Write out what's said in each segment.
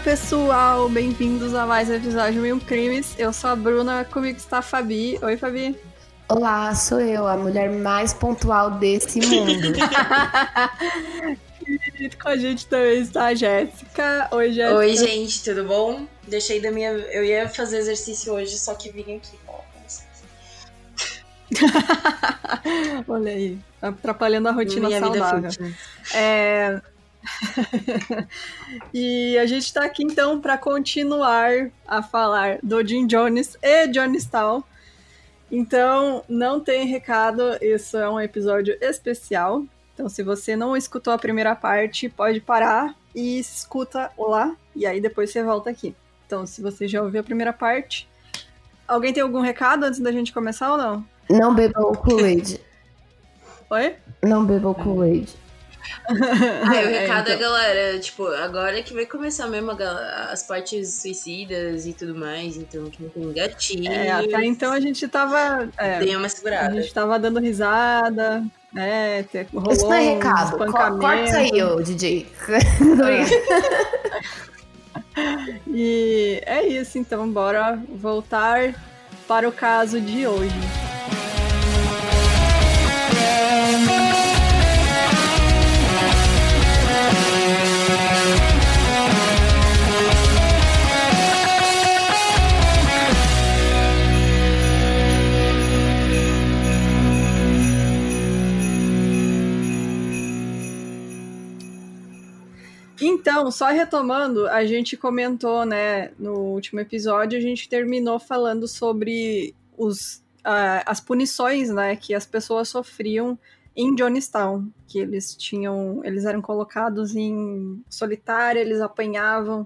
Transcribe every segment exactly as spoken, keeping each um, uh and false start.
pessoal, bem-vindos a mais um episódio de Mil Crimes. Eu sou a Bruna, comigo está a Fabi. Oi, Fabi. Olá, sou eu, a mulher mais pontual desse mundo. E com a gente também está a Jéssica. Oi, Jéssica. Oi, gente, tudo bom? Deixei da minha... Eu ia fazer exercício hoje, só que vim aqui. Olha aí, atrapalhando a rotina minha saudável. Vida é... E a gente tá aqui então para continuar a falar do Jim Jones e Jonestown. Então não tem recado, isso é um episódio especial. Então se você não escutou a primeira parte, pode parar e escuta lá, e aí depois você volta aqui. Então se você já ouviu a primeira parte, alguém tem algum recado antes da gente começar ou não? Não beba o Kool-Aid. Oi? Não beba o Kool-Aid. Ah, o É, recado então. é, galera, tipo, agora que vai começar mesmo a, as partes suicidas e tudo mais, então que não tem gatilho. É, até então a gente tava. É, Dei uma a segurada. gente tava dando risada, né? te- Rolou Isso não é uns recado. Co- espancamentos. Corta aí, ô D J. E é isso, então, bora voltar para o caso de hoje. Então, só retomando, a gente comentou, né, no último episódio, a gente terminou falando sobre os, uh, as punições, né, que as pessoas sofriam em Jonestown, que eles tinham, eles eram colocados em solitária, eles apanhavam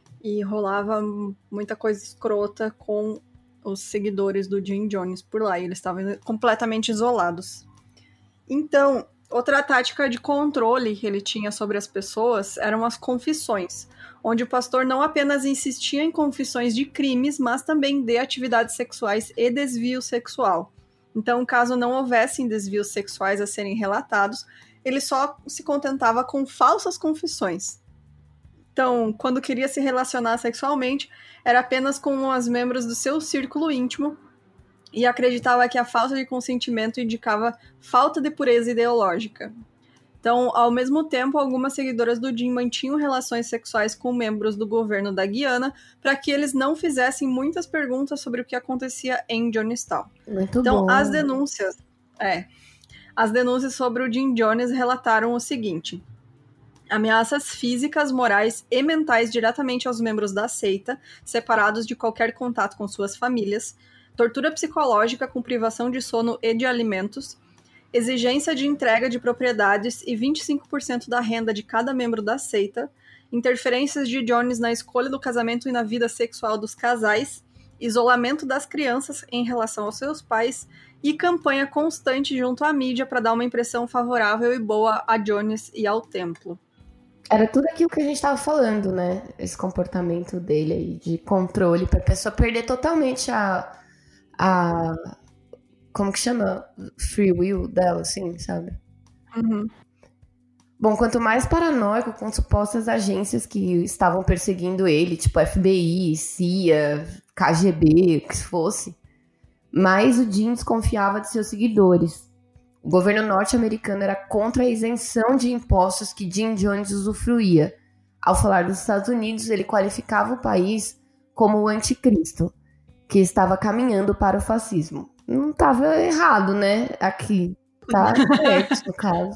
e rolava muita coisa escrota com os seguidores do Jim Jones por lá, e eles estavam completamente isolados. Então, outra tática de controle que ele tinha sobre as pessoas eram as confissões, onde o pastor não apenas insistia em confissões de crimes, mas também de atividades sexuais e desvio sexual. Então, caso não houvessem desvios sexuais a serem relatados, ele só se contentava com falsas confissões. Então, quando queria se relacionar sexualmente, era apenas com os membros do seu círculo íntimo, e acreditava que a falta de consentimento indicava falta de pureza ideológica. Então, ao mesmo tempo, algumas seguidoras do Jim mantinham relações sexuais com membros do governo da Guiana para que eles não fizessem muitas perguntas sobre o que acontecia em Jonestown. Muito então, bom. as denúncias, é, as denúncias sobre o Jim Jones relataram o seguinte: ameaças físicas, morais e mentais diretamente aos membros da seita, separados de qualquer contato com suas famílias, tortura psicológica com privação de sono e de alimentos, exigência de entrega de propriedades e vinte e cinco por cento da renda de cada membro da seita, interferências de Jones na escolha do casamento e na vida sexual dos casais, isolamento das crianças em relação aos seus pais e campanha constante junto à mídia para dar uma impressão favorável e boa a Jones e ao templo. Era tudo aquilo que a gente tava falando, né? Esse comportamento dele aí de controle pra pessoa perder totalmente a... a como que chama? Free will dela, assim, sabe? Uhum. Bom, quanto mais paranoico com supostas agências que estavam perseguindo ele, tipo F B I, C I A, K G B, o que fosse, mais o Jim desconfiava de seus seguidores. O governo norte-americano era contra a isenção de impostos que Jim Jones usufruía. Ao falar dos Estados Unidos, ele qualificava o país como o anticristo, que estava caminhando para o fascismo. Não estava errado, né? Aqui. Tá certo, no caso.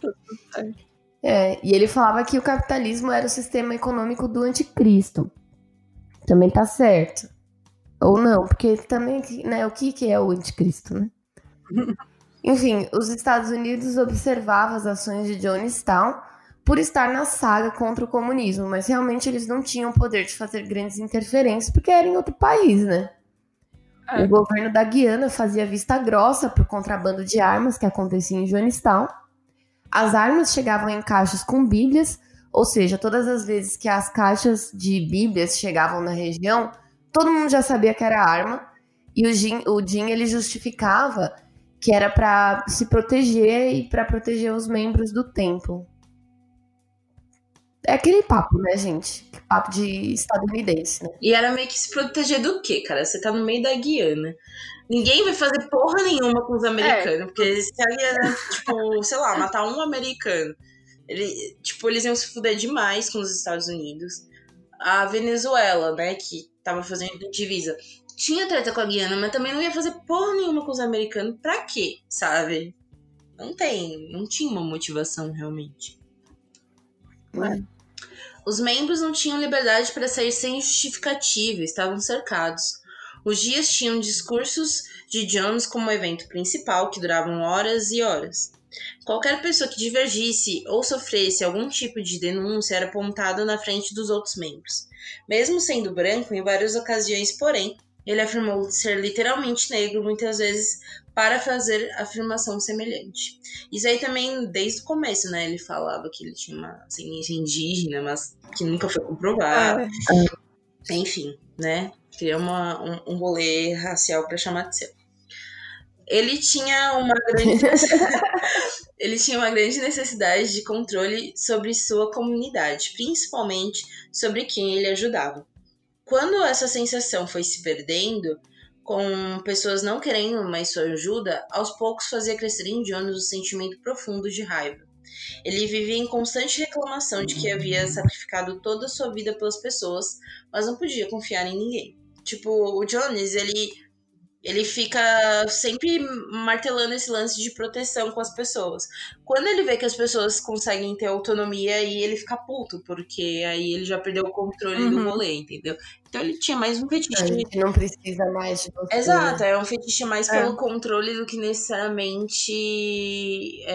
É, e ele falava que o capitalismo era o sistema econômico do anticristo. Também tá certo. Ou não, porque também, né, o que, que é o anticristo, né? Enfim, os Estados Unidos observavam as ações de Jonestown por estar na saga contra o comunismo, mas realmente eles não tinham poder de fazer grandes interferências porque era em outro país, né? É. O governo da Guiana fazia vista grossa por contrabando de armas que acontecia em Jonestown. As armas chegavam em caixas com bíblias, ou seja, todas as vezes que as caixas de bíblias chegavam na região, todo mundo já sabia que era arma, e o Jim, o Jim ele justificava que era para se proteger e para proteger os membros do templo. É aquele papo, né, gente? Papo de estadunidense, né? E era meio que se proteger do quê, cara? Você tá no meio da Guiana. Ninguém vai fazer porra nenhuma com os americanos. É. Porque se a Guiana, tipo, sei lá, matar um americano, ele, tipo, eles iam se fuder demais com os Estados Unidos. A Venezuela, né, que tava fazendo divisa, tinha treta com a Guiana, mas também não ia fazer porra nenhuma com os americanos. Pra quê, sabe? Não tem, não tinha uma motivação realmente. É. Os membros não tinham liberdade para sair sem justificativa, estavam cercados. Os dias tinham discursos de Jones como evento principal, que duravam horas e horas. Qualquer pessoa que divergisse ou sofresse algum tipo de denúncia era apontada na frente dos outros membros. Mesmo sendo branco, em várias ocasiões, porém, ele afirmou ser literalmente negro, muitas vezes para fazer afirmação semelhante. Isso aí também, desde o começo, né? Ele falava que ele tinha uma ascendência indígena, mas que nunca foi comprovado. É. Enfim, né? Queria uma, um, um rolê racial para chamar de seu. Ele tinha uma grande ele tinha uma grande necessidade de controle sobre sua comunidade, principalmente sobre quem ele ajudava. Quando essa sensação foi se perdendo, com pessoas não querendo mais sua ajuda, aos poucos fazia crescer em Jones um sentimento profundo de raiva. Ele vivia em constante reclamação de que havia sacrificado toda a sua vida pelas pessoas, mas não podia confiar em ninguém. Tipo, o Jones, ele... Ele fica sempre martelando esse lance de proteção com as pessoas. Quando ele vê que as pessoas conseguem ter autonomia, aí ele fica puto, porque aí ele já perdeu o controle uhum. do rolê, entendeu? Então ele tinha mais um fetiche. A gente não precisa mais de você. Exato, é um fetiche mais é. pelo controle do que necessariamente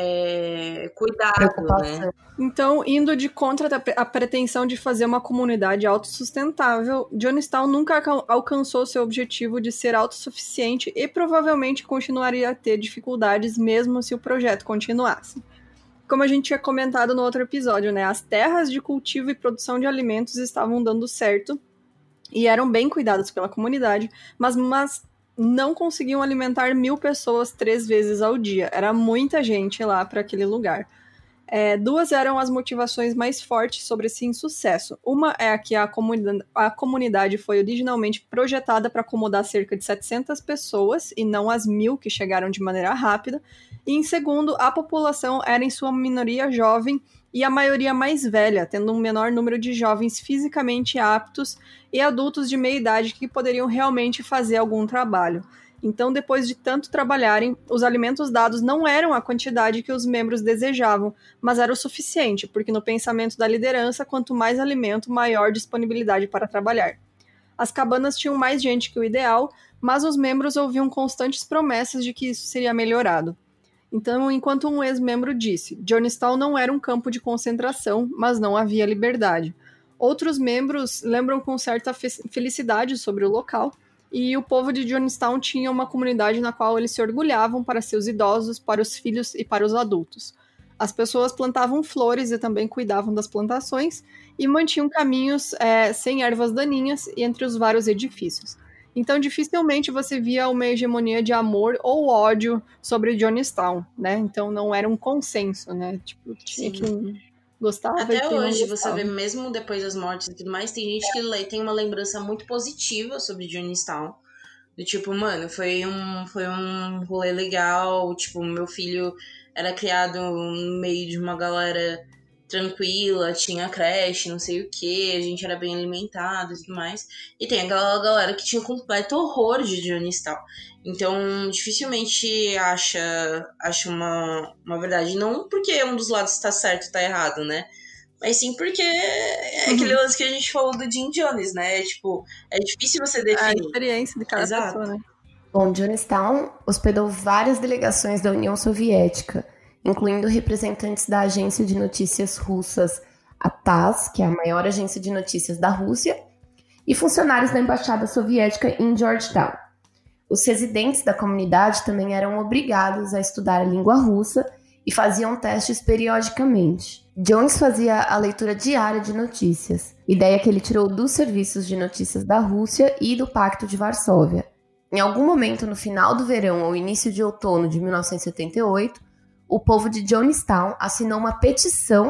é, cuidado, né? Então, indo de contra a pretensão de fazer uma comunidade autossustentável, Jonestown nunca alcançou seu objetivo de ser autossuficiente e provavelmente continuaria a ter dificuldades mesmo se o projeto continuasse. Como a gente tinha comentado no outro episódio, né, as terras de cultivo e produção de alimentos estavam dando certo e eram bem cuidadas pela comunidade, mas, mas não conseguiam alimentar mil pessoas três vezes ao dia. Era muita gente lá para aquele lugar. É, duas eram as motivações mais fortes sobre esse insucesso. Uma é a que a, comuni- a comunidade foi originalmente projetada para acomodar cerca de setecentas pessoas, e não as mil que chegaram de maneira rápida. E em segundo, a população era em sua minoria jovem e a maioria mais velha, tendo um menor número de jovens fisicamente aptos e adultos de meia idade que poderiam realmente fazer algum trabalho. Então, depois de tanto trabalharem, os alimentos dados não eram a quantidade que os membros desejavam, mas era o suficiente, porque no pensamento da liderança, quanto mais alimento, maior disponibilidade para trabalhar. As cabanas tinham mais gente que o ideal, mas os membros ouviam constantes promessas de que isso seria melhorado. Então, enquanto um ex-membro disse, Jonestown não era um campo de concentração, mas não havia liberdade. Outros membros lembram com certa fe- felicidade sobre o local, e o povo de Jonestown tinha uma comunidade na qual eles se orgulhavam para seus idosos, para os filhos e para os adultos. As pessoas plantavam flores e também cuidavam das plantações e mantinham caminhos é, sem ervas daninhas entre os vários edifícios. Então, dificilmente você via uma hegemonia de amor ou ódio sobre Jonestown, né? Então, não era um consenso, né? Tipo, tinha Sim. que gostava. Até hoje, você vê, mesmo depois das mortes e tudo mais, tem gente que tem uma lembrança muito positiva sobre Jonestown. Do tipo, mano, foi um, foi um rolê legal, tipo, meu filho era criado no meio de uma galera tranquila, tinha creche, não sei o que, a gente era bem alimentado e tudo mais. E tem aquela galera que tinha completo horror de Jonestown. Então, dificilmente acha, acha uma, uma verdade. Não porque um dos lados está certo e tá errado, né? Mas sim porque é uhum. aquele lance que a gente falou do Jim Jones, né? Tipo, é difícil você definir. A experiência de cada Exato. pessoa, né? Bom, Jonestown hospedou várias delegações da União Soviética, incluindo representantes da agência de notícias russas, a T A S S, que é a maior agência de notícias da Rússia, e funcionários da embaixada soviética em Georgetown. Os residentes da comunidade também eram obrigados a estudar a língua russa e faziam testes periodicamente. Jones fazia a leitura diária de notícias, ideia que ele tirou dos serviços de notícias da Rússia e do Pacto de Varsóvia. Em algum momento no final do verão ou início de outono de mil novecentos e setenta e oito, o povo de Jonestown assinou uma petição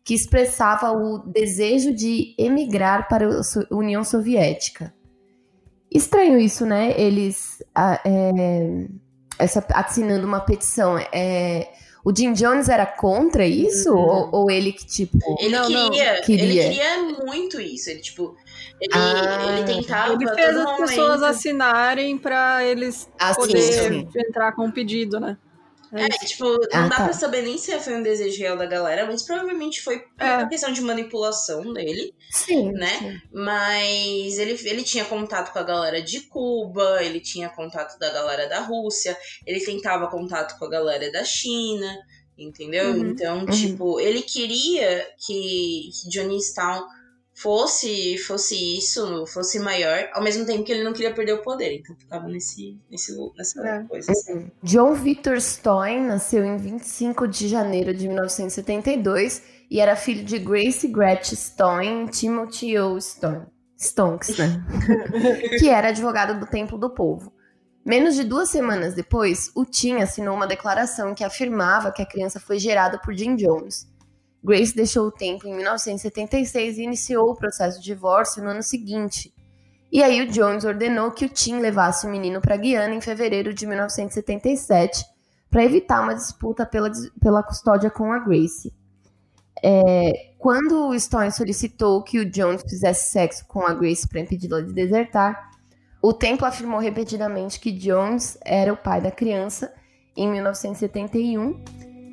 que expressava o desejo de emigrar para a União Soviética. Estranho isso, né? Eles é, essa, assinando uma petição. É, o Jim Jones era contra isso? Uhum. Ou, ou ele que, tipo... Ele não, queria, não. queria. Ele queria muito isso. Ele, tipo... Ele, ah, ele tentava... Ele fez as momento... pessoas assinarem pra eles ah, poderem sim, sim. entrar com o pedido, né? É, é tipo, não ah, dá tá. pra saber nem se foi um desejo real da galera, mas provavelmente foi por É. uma questão de manipulação dele, sim, né? Sim. Mas ele, ele tinha contato com a galera de Cuba, ele tinha contato da galera da Rússia, ele tentava contato com a galera da China, entendeu? Uhum. Então, Uhum. tipo, ele queria que, que Jonestown fosse, fosse isso, fosse maior, ao mesmo tempo que ele não queria perder o poder, então ficava nesse, nesse, nessa É. coisa. Assim. Uhum. John Victor Stoyn nasceu em vinte e cinco de janeiro de mil novecentos e setenta e dois e era filho de Grace Gretchen Stoyn e Timothy O. Stoyn, Stonks, né? que era advogado do Templo do Povo. Menos de duas semanas depois, o Tim assinou uma declaração que afirmava que a criança foi gerada por Jim Jones. Grace deixou o templo em mil novecentos e setenta e seis e iniciou o processo de divórcio no ano seguinte. E aí o Jones ordenou que o Tim levasse o menino para Guiana em fevereiro de mil novecentos e setenta e sete para evitar uma disputa pela, pela custódia com a Grace. É, quando o Stoyn solicitou que o Jones fizesse sexo com a Grace para impedi-la de desertar, o templo afirmou repetidamente que Jones era o pai da criança em mil novecentos e setenta e um.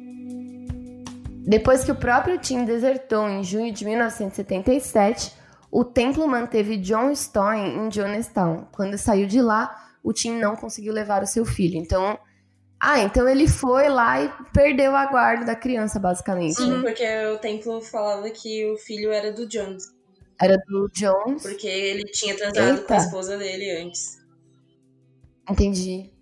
Depois que o próprio Tim desertou em junho de mil novecentos e setenta e sete, o templo manteve John Stoyn em Jonestown. Quando saiu de lá, o Tim não conseguiu levar o seu filho. Então, ah, então ele foi lá e perdeu a guarda da criança, basicamente. Sim, né? porque o templo falava que o filho era do Jones. Era do Jones. Porque ele tinha transado Eita. com a esposa dele antes. Entendi.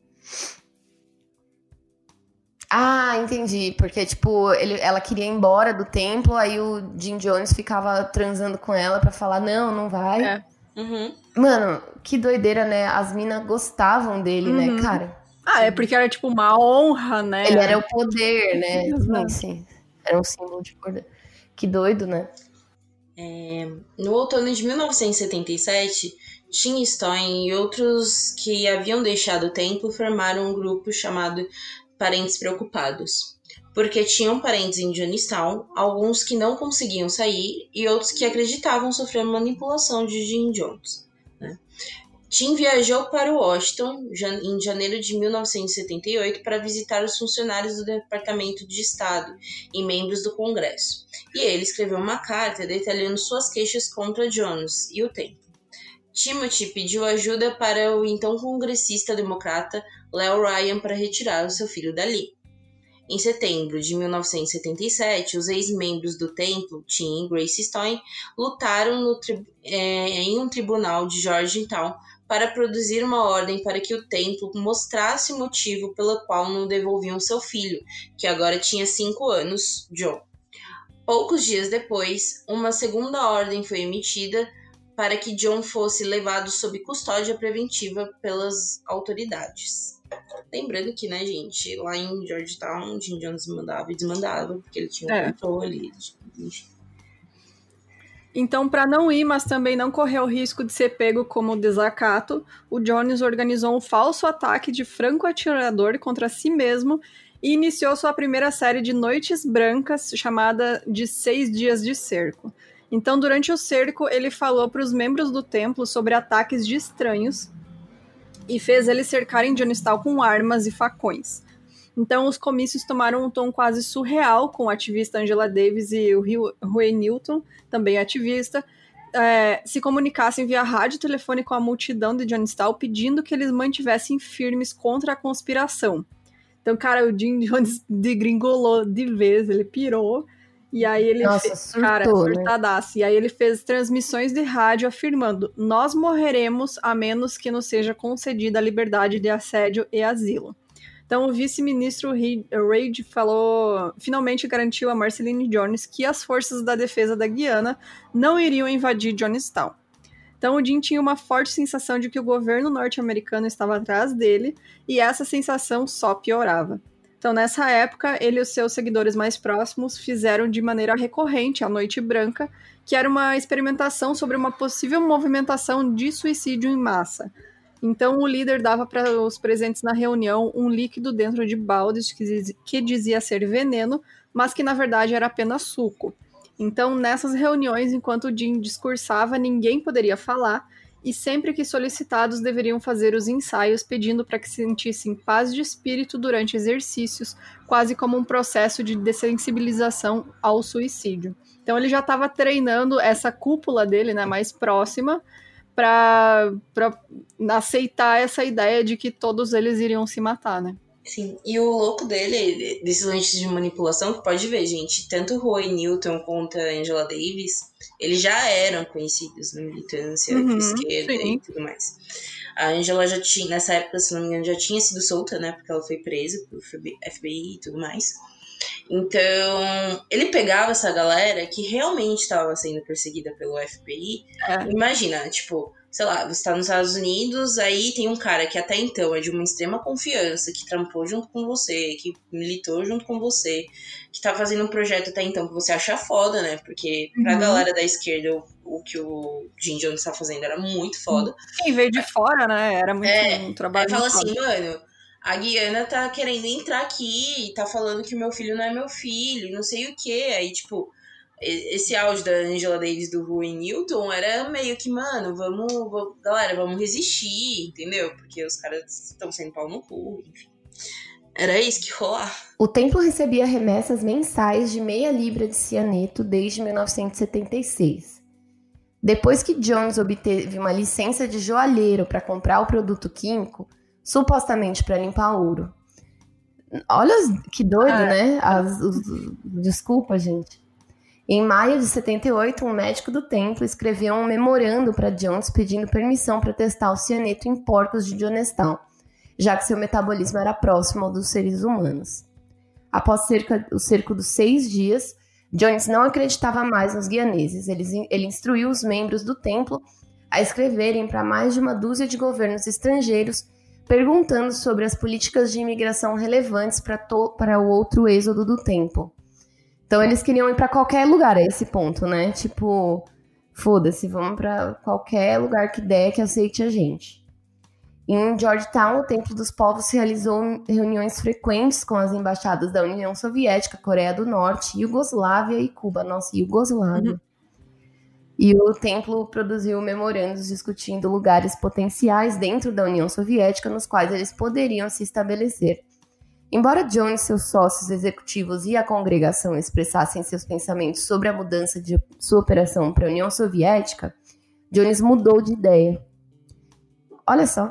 Ah, entendi. Porque, tipo, ele, ela queria ir embora do templo, aí o Jim Jones ficava transando com ela pra falar, não, não vai. É. Uhum. Mano, que doideira, né? As minas gostavam dele, Uhum. né, cara? Ah, é porque era tipo uma honra, né? Ele era o poder, né? Exato. Sim, sim. Era um símbolo de poder. Que doido, né? É, no outono de mil novecentos e setenta e sete, Tim Stoyn e outros que haviam deixado o templo formaram um grupo chamado Parentes Preocupados, porque tinham parentes em Jonestown, alguns que não conseguiam sair e outros que acreditavam sofrer manipulação de Jim Jones. Né? Tim viajou para Washington em janeiro de mil novecentos e setenta e oito para visitar os funcionários do Departamento de Estado e membros do Congresso, e ele escreveu uma carta detalhando suas queixas contra Jones e o templo. Timothy pediu ajuda para o então congressista democrata Leo Ryan para retirar o seu filho dali. Em setembro de mil novecentos e setenta e sete, os ex-membros do templo, Tim e Grace Stoyn, lutaram no tri- é, em um tribunal de Georgetown para produzir uma ordem para que o templo mostrasse o motivo pelo qual não devolviam seu filho, que agora tinha cinco anos, John. Poucos dias depois, uma segunda ordem foi emitida para que John fosse levado sob custódia preventiva pelas autoridades. Lembrando que, né, gente, lá em Georgetown, Jim Jones mandava e desmandava, porque ele tinha o É. controle, enfim. Então, para não ir, mas também não correr o risco de ser pego como desacato, o Jones organizou um falso ataque de franco-atirador contra si mesmo e iniciou sua primeira série de noites brancas, chamada de Seis Dias de Cerco. Então, durante o cerco, ele falou para os membros do templo sobre ataques de estranhos e fez eles cercarem Jonestown com armas e facões. Então, os comícios tomaram um tom quase surreal, com a ativista Angela Davis e o Huey Newton, também ativista, é, se comunicassem via rádio e telefone com a multidão de Jonestown, pedindo que eles mantivessem firmes contra a conspiração. Então, cara, o Jim Jones degringolou de vez, ele pirou. E aí ele Nossa, fez, surtou, cara, né? surtadaço. E aí ele fez transmissões de rádio afirmando: nós morreremos a menos que nos seja concedida a liberdade de assédio e asilo. Então o vice-ministro Reid falou, finalmente garantiu a Marceline Jones que as forças da defesa da Guiana não iriam invadir Jonestown. Então o Jim tinha uma forte sensação de que o governo norte-americano estava atrás dele, e essa sensação só piorava. Então, nessa época, ele e os seus seguidores mais próximos fizeram de maneira recorrente a Noite Branca, que era uma experimentação sobre uma possível movimentação de suicídio em massa. Então, o líder dava para os presentes na reunião um líquido dentro de baldes que, que dizia ser veneno, mas que na verdade era apenas suco. Então, nessas reuniões, enquanto o Jim discursava, ninguém poderia falar, e sempre que solicitados deveriam fazer os ensaios pedindo para que sentissem paz de espírito durante exercícios, quase como um processo de dessensibilização ao suicídio. Então ele já estava treinando essa cúpula dele, né, mais próxima, para aceitar essa ideia de que todos eles iriam se matar, né? Sim, e o louco dele, desses lentes de manipulação, que pode ver, gente, tanto o Roy Newton quanto a Angela Davis, eles já eram conhecidos na militância Uhum, de esquerda sim. e tudo mais. A Angela já tinha, nessa época, se não me engano, já tinha sido solta, né, porque ela foi presa pelo F B I e tudo mais. Então, ele pegava essa galera que realmente estava sendo perseguida pelo F B I. É. Imagina, tipo, sei lá, você tá nos Estados Unidos, aí tem um cara que até então é de uma extrema confiança, que trampou junto com você, que militou junto com você, que tá fazendo um projeto até então que você acha foda, né? Porque pra Uhum. galera da esquerda, o, o que o Jim Jones tá fazendo era muito foda. Quem veio de fora, né? Era muito É, um trabalho. Aí fala muito assim, foda. mano, a Guiana tá querendo entrar aqui, tá falando que o meu filho não é meu filho, não sei o que. Aí, tipo, esse áudio da Angela Davis do Roy Newton era meio que, mano, vamos, vamos galera, vamos resistir, entendeu? Porque os caras estão sem pau no cu, enfim. Era isso que rolava. O templo recebia remessas mensais de meia libra de cianeto desde mil novecentos e setenta e seis. Depois que Jones obteve uma licença de joalheiro para comprar o produto químico, supostamente para limpar ouro. Olha que doido, É. né? As, os, desculpa, gente. Em maio de setenta e oito, um médico do templo escreveu um memorando para Jones pedindo permissão para testar o cianeto em porcos de Jonestown, já que seu metabolismo era próximo ao dos seres humanos. Após cerca, o cerco dos seis dias, Jones não acreditava mais nos guianeses. Ele, ele instruiu os membros do templo a escreverem para mais de uma dúzia de governos estrangeiros perguntando sobre as políticas de imigração relevantes para, to, para o outro êxodo do templo. Então eles queriam ir pra qualquer lugar a esse ponto, né? Tipo, foda-se, vamos pra qualquer lugar que der que aceite a gente. Em Georgetown, o Templo dos Povos realizou reuniões frequentes com as embaixadas da União Soviética, Coreia do Norte, Iugoslávia e Cuba. Nossa, Iugoslávia. Uhum. E o templo produziu memorandos discutindo lugares potenciais dentro da União Soviética nos quais eles poderiam se estabelecer. Embora Jones, seus sócios executivos e a congregação expressassem seus pensamentos sobre a mudança de sua operação para a União Soviética, Jones mudou de ideia. Olha só,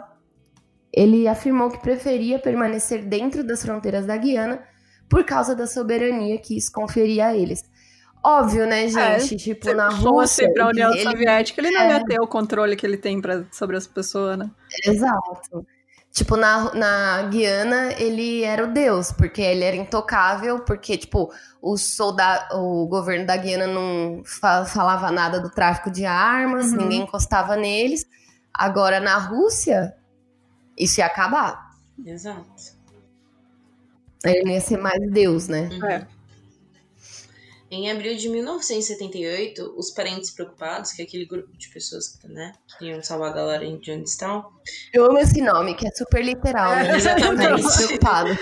ele afirmou que preferia permanecer dentro das fronteiras da Guiana por causa da soberania que isso conferia a eles. Óbvio, né, gente? É, tipo, na Rússia... Rússia... para a União ele, Soviética, ele não é... ia ter o controle que ele tem pra, sobre as pessoas, né? Exato. Tipo, na, na Guiana, ele era o deus, porque ele era intocável, porque, tipo, o, soldado, o governo da Guiana não fa- falava nada do tráfico de armas, uhum. Ninguém encostava neles. Agora, na Rússia, isso ia acabar. Exato. Ele não ia ser mais deus, né? Uhum. É. Em abril de mil novecentos e setenta e oito, os parentes preocupados, que é aquele grupo de pessoas que, né, queriam salvar a galera em Jonestown. Eu amo esse nome, que é super literal, né? É, exatamente. Parentes preocupados.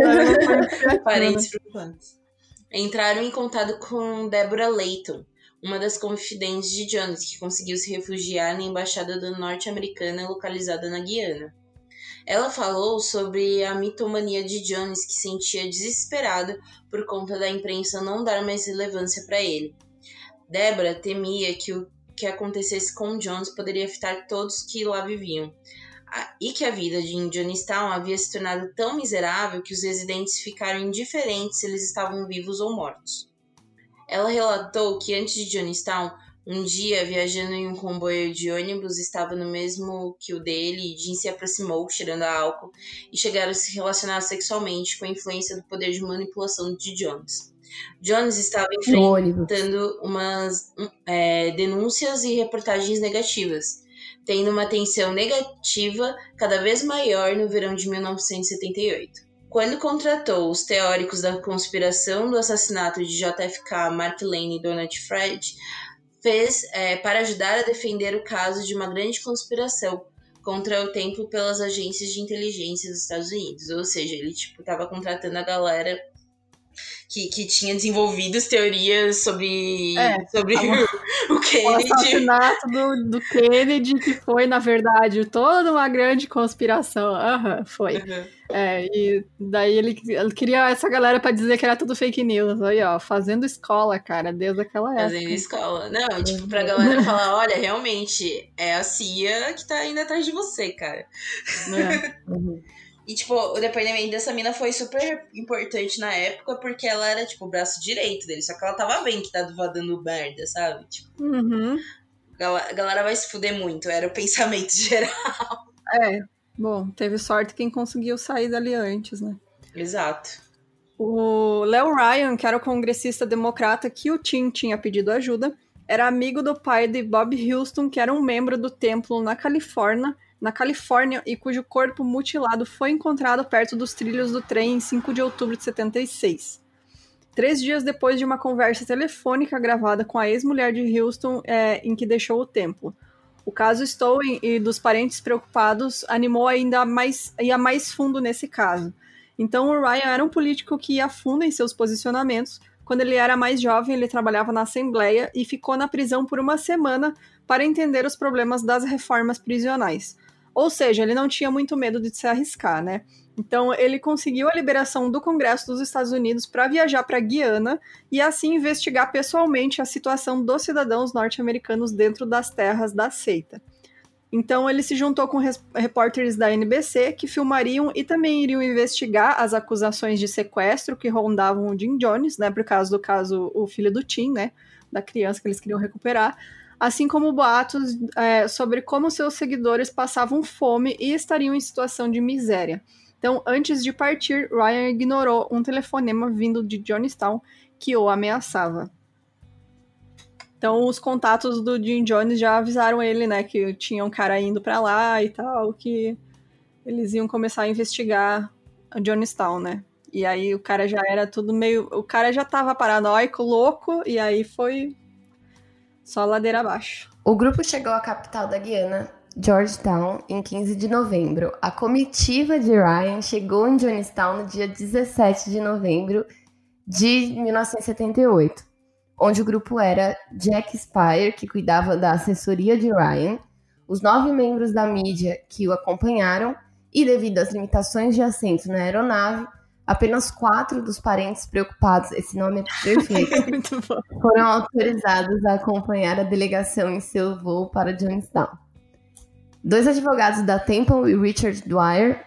Parentes preocupados. Entraram em contato com Deborah Layton, uma das confidentes de Jones, que conseguiu se refugiar na embaixada norte-americana localizada na Guiana. Ela falou sobre a mitomania de Jones, que sentia desesperado por conta da imprensa não dar mais relevância para ele. Deborah temia que o que acontecesse com Jones poderia afetar todos que lá viviam, e que a vida de Jonestown havia se tornado tão miserável que os residentes ficaram indiferentes se eles estavam vivos ou mortos. Ela relatou que antes de Jonestown, um dia, viajando em um comboio de ônibus, estava no mesmo que o dele, e Jim se aproximou, cheirando a álcool, e chegaram a se relacionar sexualmente com a influência do poder de manipulação de Jones. Jones estava enfrentando umas é, denúncias e reportagens negativas, tendo uma tensão negativa cada vez maior no verão de mil novecentos e setenta e oito. Quando contratou os teóricos da conspiração do assassinato de J F K, Mark Lane e Donald Fred, fez é, para ajudar a defender o caso de uma grande conspiração contra o templo pelas agências de inteligência dos Estados Unidos. Ou seja, ele tipo tava contratando a galera que, que tinha desenvolvido as teorias sobre, é, sobre a... o, o Kennedy. O assassinato do, do Kennedy, que foi, na verdade, toda uma grande conspiração. Aham, uhum, foi. Uhum. É, e daí ele, ele queria essa galera pra dizer que era tudo fake news. Aí, ó, fazendo escola, cara, desde aquela época. Fazendo escola. Não, tipo, pra galera falar, olha, realmente, é a C I A que tá indo atrás de você, cara. É. Uhum. E, tipo, o depoimento dessa mina foi super importante na época, porque ela era, tipo, o braço direito dele. Só que ela tava bem que tava dando merda, sabe? Tipo, uhum. a galera vai se fuder muito, era o pensamento geral. É, bom, teve sorte quem conseguiu sair dali antes, né? Exato. O Leo Ryan, que era o congressista democrata que o Tim tinha pedido ajuda, era amigo do pai de Bob Houston, que era um membro do templo na Califórnia, na Califórnia, e cujo corpo mutilado foi encontrado perto dos trilhos do trem em cinco de outubro de setenta e seis. Três dias depois de uma conversa telefônica gravada com a ex-mulher de Houston, é, em que deixou o templo. O caso Stowe e dos parentes preocupados animou ainda mais, ia mais fundo nesse caso. Então o Ryan era um político que ia fundo em seus posicionamentos. Quando ele era mais jovem, ele trabalhava na Assembleia e ficou na prisão por uma semana para entender os problemas das reformas prisionais. Ou seja, ele não tinha muito medo de se arriscar, né? Então, ele conseguiu a liberação do Congresso dos Estados Unidos para viajar para Guiana e assim investigar pessoalmente a situação dos cidadãos norte-americanos dentro das terras da seita. Então, ele se juntou com repórteres da N B C que filmariam e também iriam investigar as acusações de sequestro que rondavam o Jim Jones, né? Por causa do caso, o filho do Tim, né? Da criança que eles queriam recuperar. Assim como boatos é, sobre como seus seguidores passavam fome e estariam em situação de miséria. Então, antes de partir, Ryan ignorou um telefonema vindo de Jonestown que o ameaçava. Então, os contatos do Jim Jones já avisaram ele, né, que tinha um cara indo pra lá e tal, que eles iam começar a investigar a Jonestown, né? E aí o cara já era tudo meio... O cara já tava paranoico, louco, e aí foi só ladeira abaixo. O grupo chegou à capital da Guiana, Georgetown, em quinze de novembro. A comitiva de Ryan chegou em Jonestown no dia dezessete de novembro de mil novecentos e setenta e oito, onde o grupo era Jack Spire, que cuidava da assessoria de Ryan, os nove membros da mídia que o acompanharam e, devido às limitações de assento na aeronave, apenas quatro dos parentes preocupados, esse nome é perfeito, Muito bom. foram autorizados a acompanhar a delegação em seu voo para Jonestown. Dois advogados da Temple e Richard Dwyer,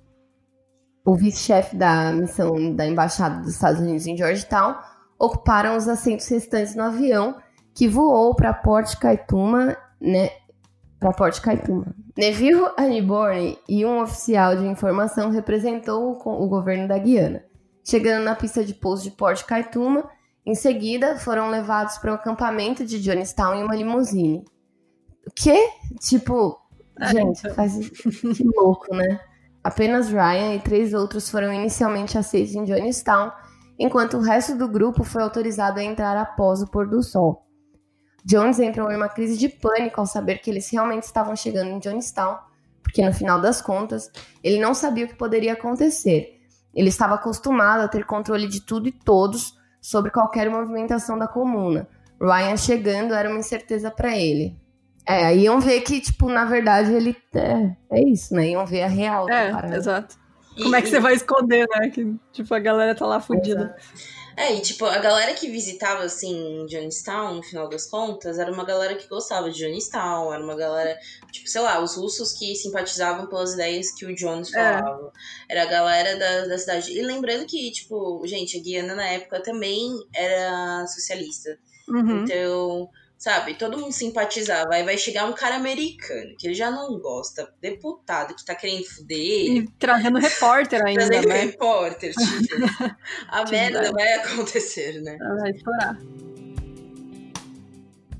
o vice-chefe da missão da Embaixada dos Estados Unidos em Georgetown, ocuparam os assentos restantes no avião que voou para Port Kaituma, né, para Port Kaituma. Neville Aniborn e um oficial de informação representou o, o governo da Guiana. Chegando na pista de pouso de Port Kaituma, em seguida foram levados para o acampamento de Jonestown em uma limusine. O quê? Tipo, gente, faz... que louco, né? Apenas Ryan e três outros foram inicialmente aceitos em Jonestown, enquanto o resto do grupo foi autorizado a entrar após o pôr do sol. Jones entrou em uma crise de pânico ao saber que eles realmente estavam chegando em Jonestown, porque no final das contas, ele não sabia o que poderia acontecer. Ele estava acostumado a ter controle de tudo e todos sobre qualquer movimentação da comuna. Ryan chegando era uma incerteza para ele. É, aí iam ver que, tipo, na verdade, ele... É, é isso, né? Iam ver a real. É, exato. Como e, é que você vai esconder, né? Que, tipo, a galera tá lá fodida. É, e tipo, a galera que visitava, assim, Jonestown, no final das contas, era uma galera que gostava de Jonestown, era uma galera, tipo, sei lá, os russos que simpatizavam pelas ideias que o Jones falava. É. Era a galera da, da cidade. E lembrando que, tipo, gente, a Guiana na época também era socialista. Uhum. Então... Sabe, todo mundo simpatizava. Aí vai chegar um cara americano, que ele já não gosta, deputado, que tá querendo fuder ele. E trazendo repórter ainda, trazendo né? repórter, tipo. A merda vai acontecer, né? Vai estourar.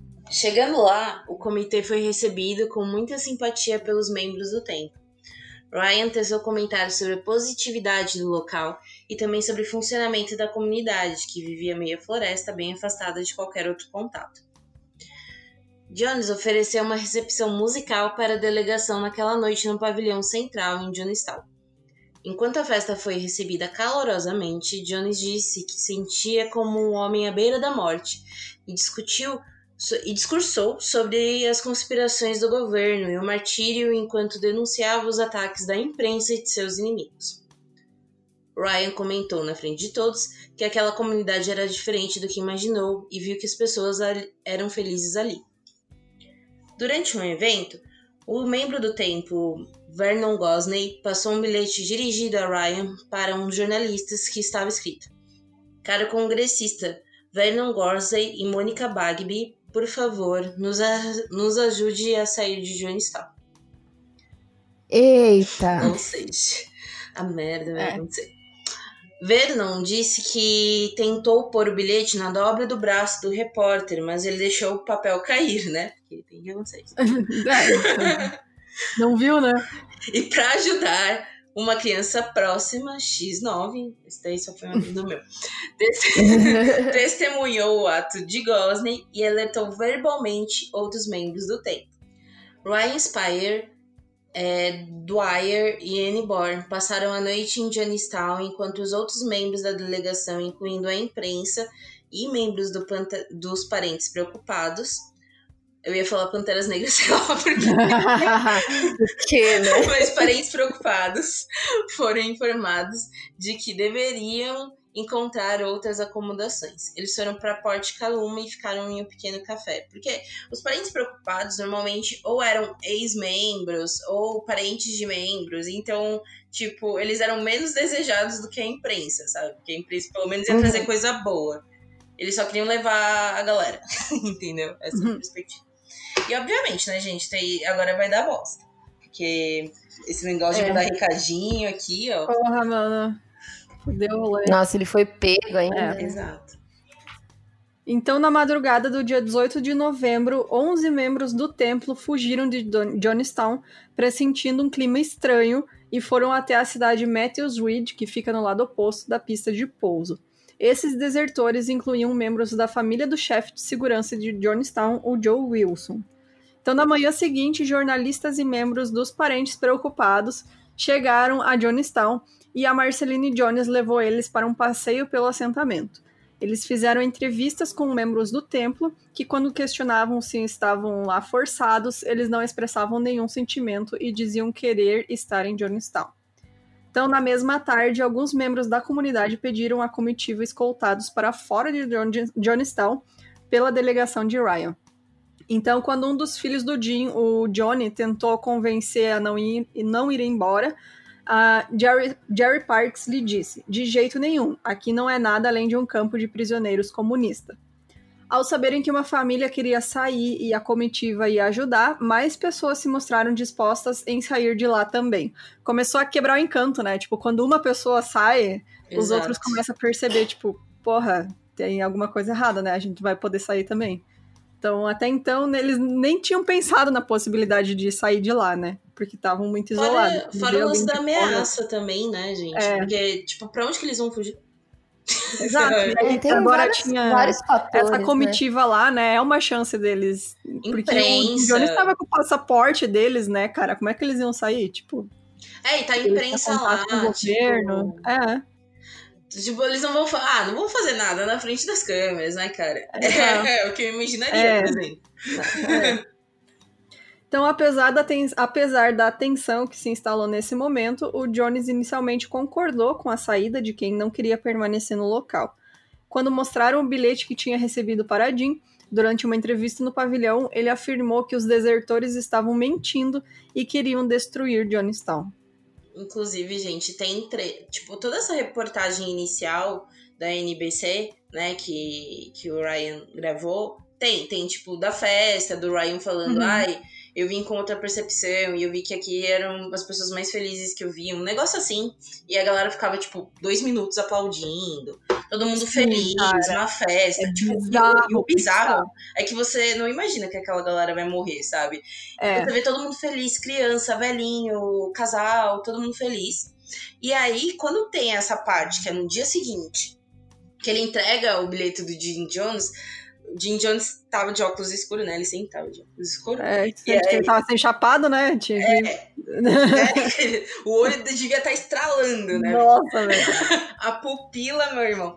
Chegando lá, o comitê foi recebido com muita simpatia pelos membros do templo. Ryan teceu comentários sobre a positividade do local e também sobre o funcionamento da comunidade, que vivia meio floresta, bem afastada de qualquer outro contato. Jones ofereceu uma recepção musical para a delegação naquela noite no pavilhão central em Johnstown. Enquanto a festa foi recebida calorosamente, Jones disse que sentia como um homem à beira da morte e discutiu e discursou sobre as conspirações do governo e o martírio enquanto denunciava os ataques da imprensa e de seus inimigos. Ryan comentou na frente de todos que aquela comunidade era diferente do que imaginou e viu que as pessoas eram felizes ali. Durante um evento, o membro do templo, Vernon Gosney, passou um bilhete dirigido a Ryan para um dos jornalistas que estava escrito: Caro congressista Vernon Gosney e Monica Bagby, por favor, nos, a, nos ajude a sair de Johnstown. Eita! Ou seja, a merda vai É. acontecer. Vernon disse que tentou pôr o bilhete na dobra do braço do repórter, mas ele deixou o papel cair, né? Porque tem que acontecer isso. É, não viu, né? E para ajudar uma criança próxima, xis nove, esse daí só foi um amigo do meu, testemunhou o ato de Gosney e alertou verbalmente outros membros do templo. Ryan Spire, é, Dwyer e Annie Bourne passaram a noite em Johnstown enquanto os outros membros da delegação, incluindo a imprensa e membros do panta- dos parentes preocupados, eu ia falar Panteras Negras, sei lá porque... que, né? Mas parentes preocupados foram informados de que deveriam encontrar outras acomodações. Eles foram para Port Kaluma e ficaram em um pequeno café. Porque os parentes preocupados normalmente ou eram ex-membros ou parentes de membros. Então, tipo, eles eram menos desejados do que a imprensa, sabe? Porque a imprensa pelo menos ia trazer Uhum. coisa boa. Eles só queriam levar a galera. Entendeu? Essa é a Uhum. perspectiva. E obviamente, né, gente, tem, agora vai dar bosta. Porque esse negócio É. de dar recadinho aqui, ó. Porra, mano. Fudeu o rolê. Nossa, ele foi pego ainda. É. Exato. Então, na madrugada do dia dezoito de novembro, onze membros do templo fugiram de Don- Johnstown, pressentindo um clima estranho, e foram até a cidade Matthews Ridge, que fica no lado oposto da pista de pouso. Esses desertores incluíam membros da família do chefe de segurança de Johnstown, o Joe Wilson. Então, na manhã seguinte, jornalistas e membros dos parentes preocupados chegaram a Johnstown e a Marceline Jones levou eles para um passeio pelo assentamento. Eles fizeram entrevistas com membros do templo que, quando questionavam se estavam lá forçados, eles não expressavam nenhum sentimento e diziam querer estar em Johnstown. Então, na mesma tarde, alguns membros da comunidade pediram a comitiva escoltados para fora de Johnstown pela delegação de Ryan. Então, quando um dos filhos do Jim, o Johnny, tentou convencer a não ir, não ir embora, a Jerry, Jerry Parks lhe disse: de jeito nenhum, aqui não é nada além de um campo de prisioneiros comunista. Ao saberem que uma família queria sair e a comitiva ia ajudar, mais pessoas se mostraram dispostas em sair de lá também. Começou a quebrar o encanto, né? Tipo, quando uma pessoa sai, os Exato. outros começam a perceber, tipo, porra, tem alguma coisa errada, né? A gente vai poder sair também. Então, até então, eles nem tinham pensado na possibilidade de sair de lá, né? Porque estavam muito isolados. Fora, fora o lance da ameaça também, né, gente? É. Porque, tipo, pra onde que eles vão fugir? Exato. E aí, É, tem agora vários, tinha vários fatores, essa né? comitiva lá, né? É uma chance deles. Porque o Imprensa. Johnny estava com o passaporte deles, né, cara? Como é que eles iam sair? Tipo, É, e tá a eles imprensa tinham lá, contato com o governo. tipo... É. Tipo, eles não vão falar, ah, não vão fazer nada na frente das câmeras, né, cara? É, Exato. é o que eu imaginaria, É. por exemplo. É. Então, apesar da, ten... apesar da tensão que se instalou nesse momento, o Jones inicialmente concordou com a saída de quem não queria permanecer no local. Quando mostraram o bilhete que tinha recebido para Jim, durante uma entrevista no pavilhão, ele afirmou que os desertores estavam mentindo e queriam destruir Johnstown. Inclusive, gente, tem tre... tipo, toda essa reportagem inicial da N B C, né, que, que o Ryan gravou, tem, tem, tipo, da festa, do Ryan falando, Uhum. ai, eu vim com outra percepção e eu vi que aqui eram as pessoas mais felizes que eu vi, um negócio assim. E a galera ficava, tipo, dois minutos aplaudindo, todo mundo Sim, feliz, cara. Uma festa. É tipo, bizarro, e o bizarro é que você não imagina que aquela galera vai morrer, sabe? É. Você vê todo mundo feliz, criança, velhinho, casal, todo mundo feliz. E aí, quando tem essa parte, que é no dia seguinte, que ele entrega o bilhete do Jim Jones, o Jim Jones tava de óculos escuros, né? Ele sempre tava de óculos escuros. É, e aí, ele tava sem chapado, né? Tinha que... é, é, o olho devia estar estralando, né? Nossa, velho. A pupila, meu irmão.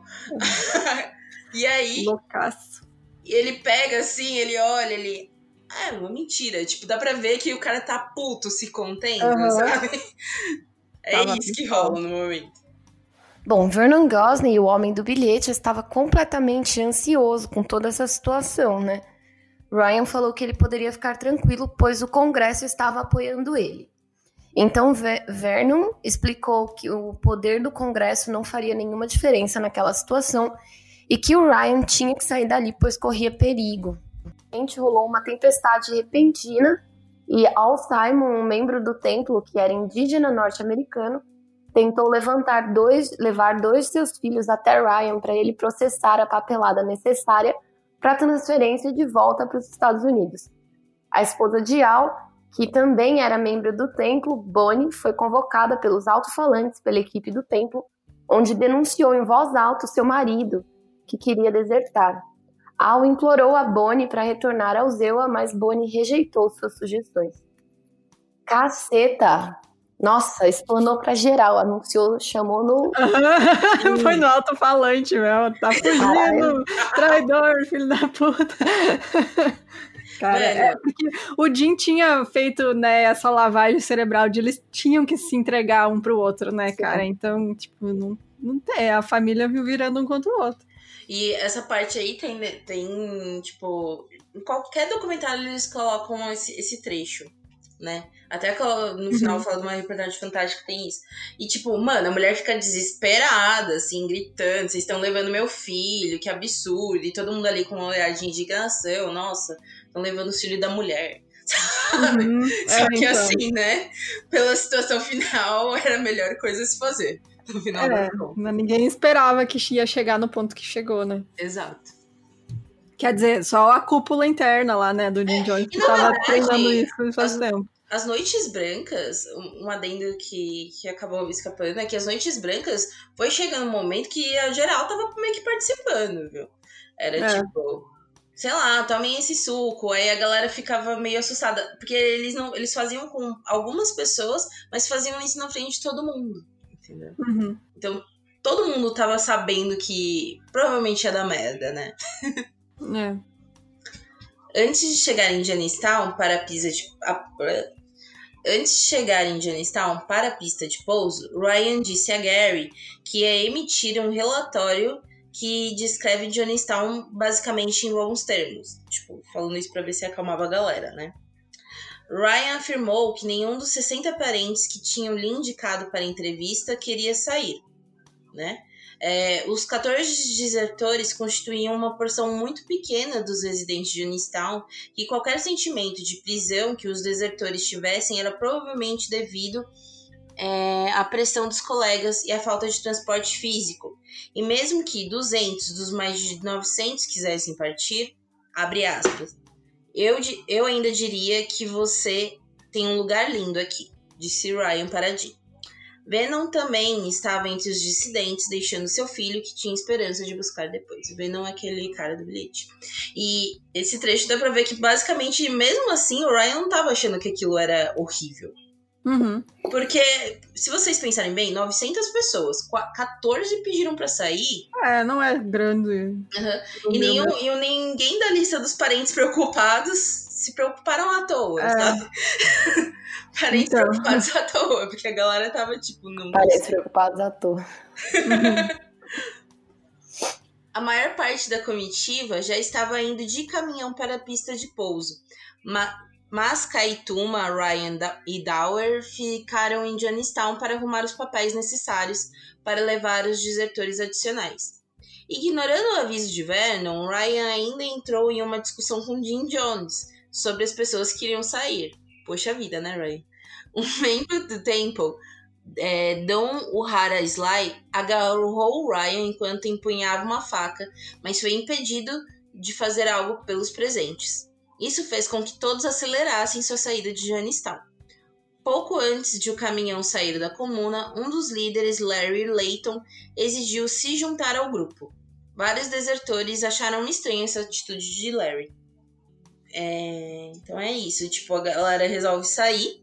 E aí... Loucaço. Ele pega assim, ele olha, ele... Ah, é uma mentira. Tipo, dá pra ver que o cara tá puto se contendo, uhum. sabe? É Tava isso que rola no momento. Bom, Vernon Gosney, o homem do bilhete, estava completamente ansioso com toda essa situação, né? Ryan falou que ele poderia ficar tranquilo, pois o Congresso estava apoiando ele. Então, Vernon explicou que o poder do Congresso não faria nenhuma diferença naquela situação e que o Ryan tinha que sair dali, pois corria perigo. Rolou uma tempestade repentina e Al Simon, um membro do templo que era indígena norte-americano, tentou levantar dois, levar dois de seus filhos até Ryan para ele processar a papelada necessária para a transferência de volta para os Estados Unidos. A esposa de Al, que também era membro do templo, Bonnie, foi convocada pelos alto-falantes pela equipe do templo, onde denunciou em voz alta o seu marido, que queria desertar. Al implorou a Bonnie para retornar ao Zewa, mas Bonnie rejeitou suas sugestões. Caceta! Nossa, explanou pra geral, anunciou, chamou no... Foi no alto-falante, meu. Tá fugindo, traidor, filho da puta. Cara, é. é porque o Jim tinha feito, né, essa lavagem cerebral de eles tinham que se entregar um pro outro, né, Sim. cara? Então, tipo, não, não tem, a família viu virando um contra o outro. E essa parte aí tem, tem tipo, em qualquer documentário eles colocam esse, esse trecho, né? Até que no final uhum. fala de uma reportagem fantástica que tem isso. E tipo, mano, a mulher fica desesperada, assim, gritando, vocês estão levando meu filho, que absurdo. E todo mundo ali com um olhar de indignação, nossa, estão levando o filho da mulher. Sabe? Uhum. Só é, que então. assim, né? Pela situação final, era a melhor coisa a se fazer. No final é, mas ninguém esperava que ia chegar no ponto que chegou, né? Exato. Quer dizer, só a cúpula interna lá, né, do Jim Jones, que tava verdade, treinando isso faz as, tempo. As noites brancas, um adendo que, que acabou escapando, é que as noites brancas foi chegando um momento que a geral tava meio que participando, viu? Era é. tipo, sei lá, tomem esse suco, aí a galera ficava meio assustada, porque eles, não, eles faziam com algumas pessoas, mas faziam isso na frente de todo mundo. Entendeu? Uhum. Então, todo mundo tava sabendo que provavelmente ia dar merda, né? É. Antes de chegar em Jonestown para a pista de... A, antes de chegar em Jonestown para a pista de pouso, Ryan disse a Gary que ia emitir um relatório que descreve Jonestown basicamente em bons termos. Tipo, falando isso pra ver se acalmava a galera, né? Ryan afirmou que nenhum dos sessenta parentes que tinham lhe indicado para a entrevista queria sair, né? É, os quatorze desertores constituíam uma porção muito pequena dos residentes de Jonestown e qualquer sentimento de prisão que os desertores tivessem era provavelmente devido é, à pressão dos colegas e à falta de transporte físico. E mesmo que duzentos dos mais de novecentos quisessem partir, abre aspas, Eu, eu ainda diria que você tem um lugar lindo aqui, disse Ryan para Jim. Venom também estava entre os dissidentes, deixando seu filho, que tinha esperança de buscar depois. Venom é aquele cara do bilhete. E esse trecho dá pra ver que, basicamente, mesmo assim, o Ryan não estava achando que aquilo era horrível. Uhum. Porque, se vocês pensarem bem, novecentas pessoas, quatorze pediram pra sair. É, não é grande. Uhum. E, nenhum, e ninguém da lista dos parentes preocupados se preocuparam à toa, é. sabe? Parentes então. preocupados à toa, porque a galera tava tipo... Não Parentes preocupados à toa. Uhum. A maior parte da comitiva já estava indo de caminhão para a pista de pouso. Mas... Mas Kaituma, Ryan e Dower ficaram em Jonestown para arrumar os papéis necessários para levar os desertores adicionais. Ignorando o aviso de Vernon, Ryan ainda entrou em uma discussão com Jim Jones sobre as pessoas que iriam sair. Poxa vida, né, Ryan? Um membro do Temple, é, Don Uhara Sly, agarrou Ryan enquanto empunhava uma faca, mas foi impedido de fazer algo pelos presentes. Isso fez com que todos acelerassem sua saída de Jonestown. Pouco antes de o caminhão sair da comuna, um dos líderes, Larry Layton, exigiu se juntar ao grupo. Vários desertores acharam estranha essa atitude de Larry. É, então é isso, tipo, a galera resolve sair,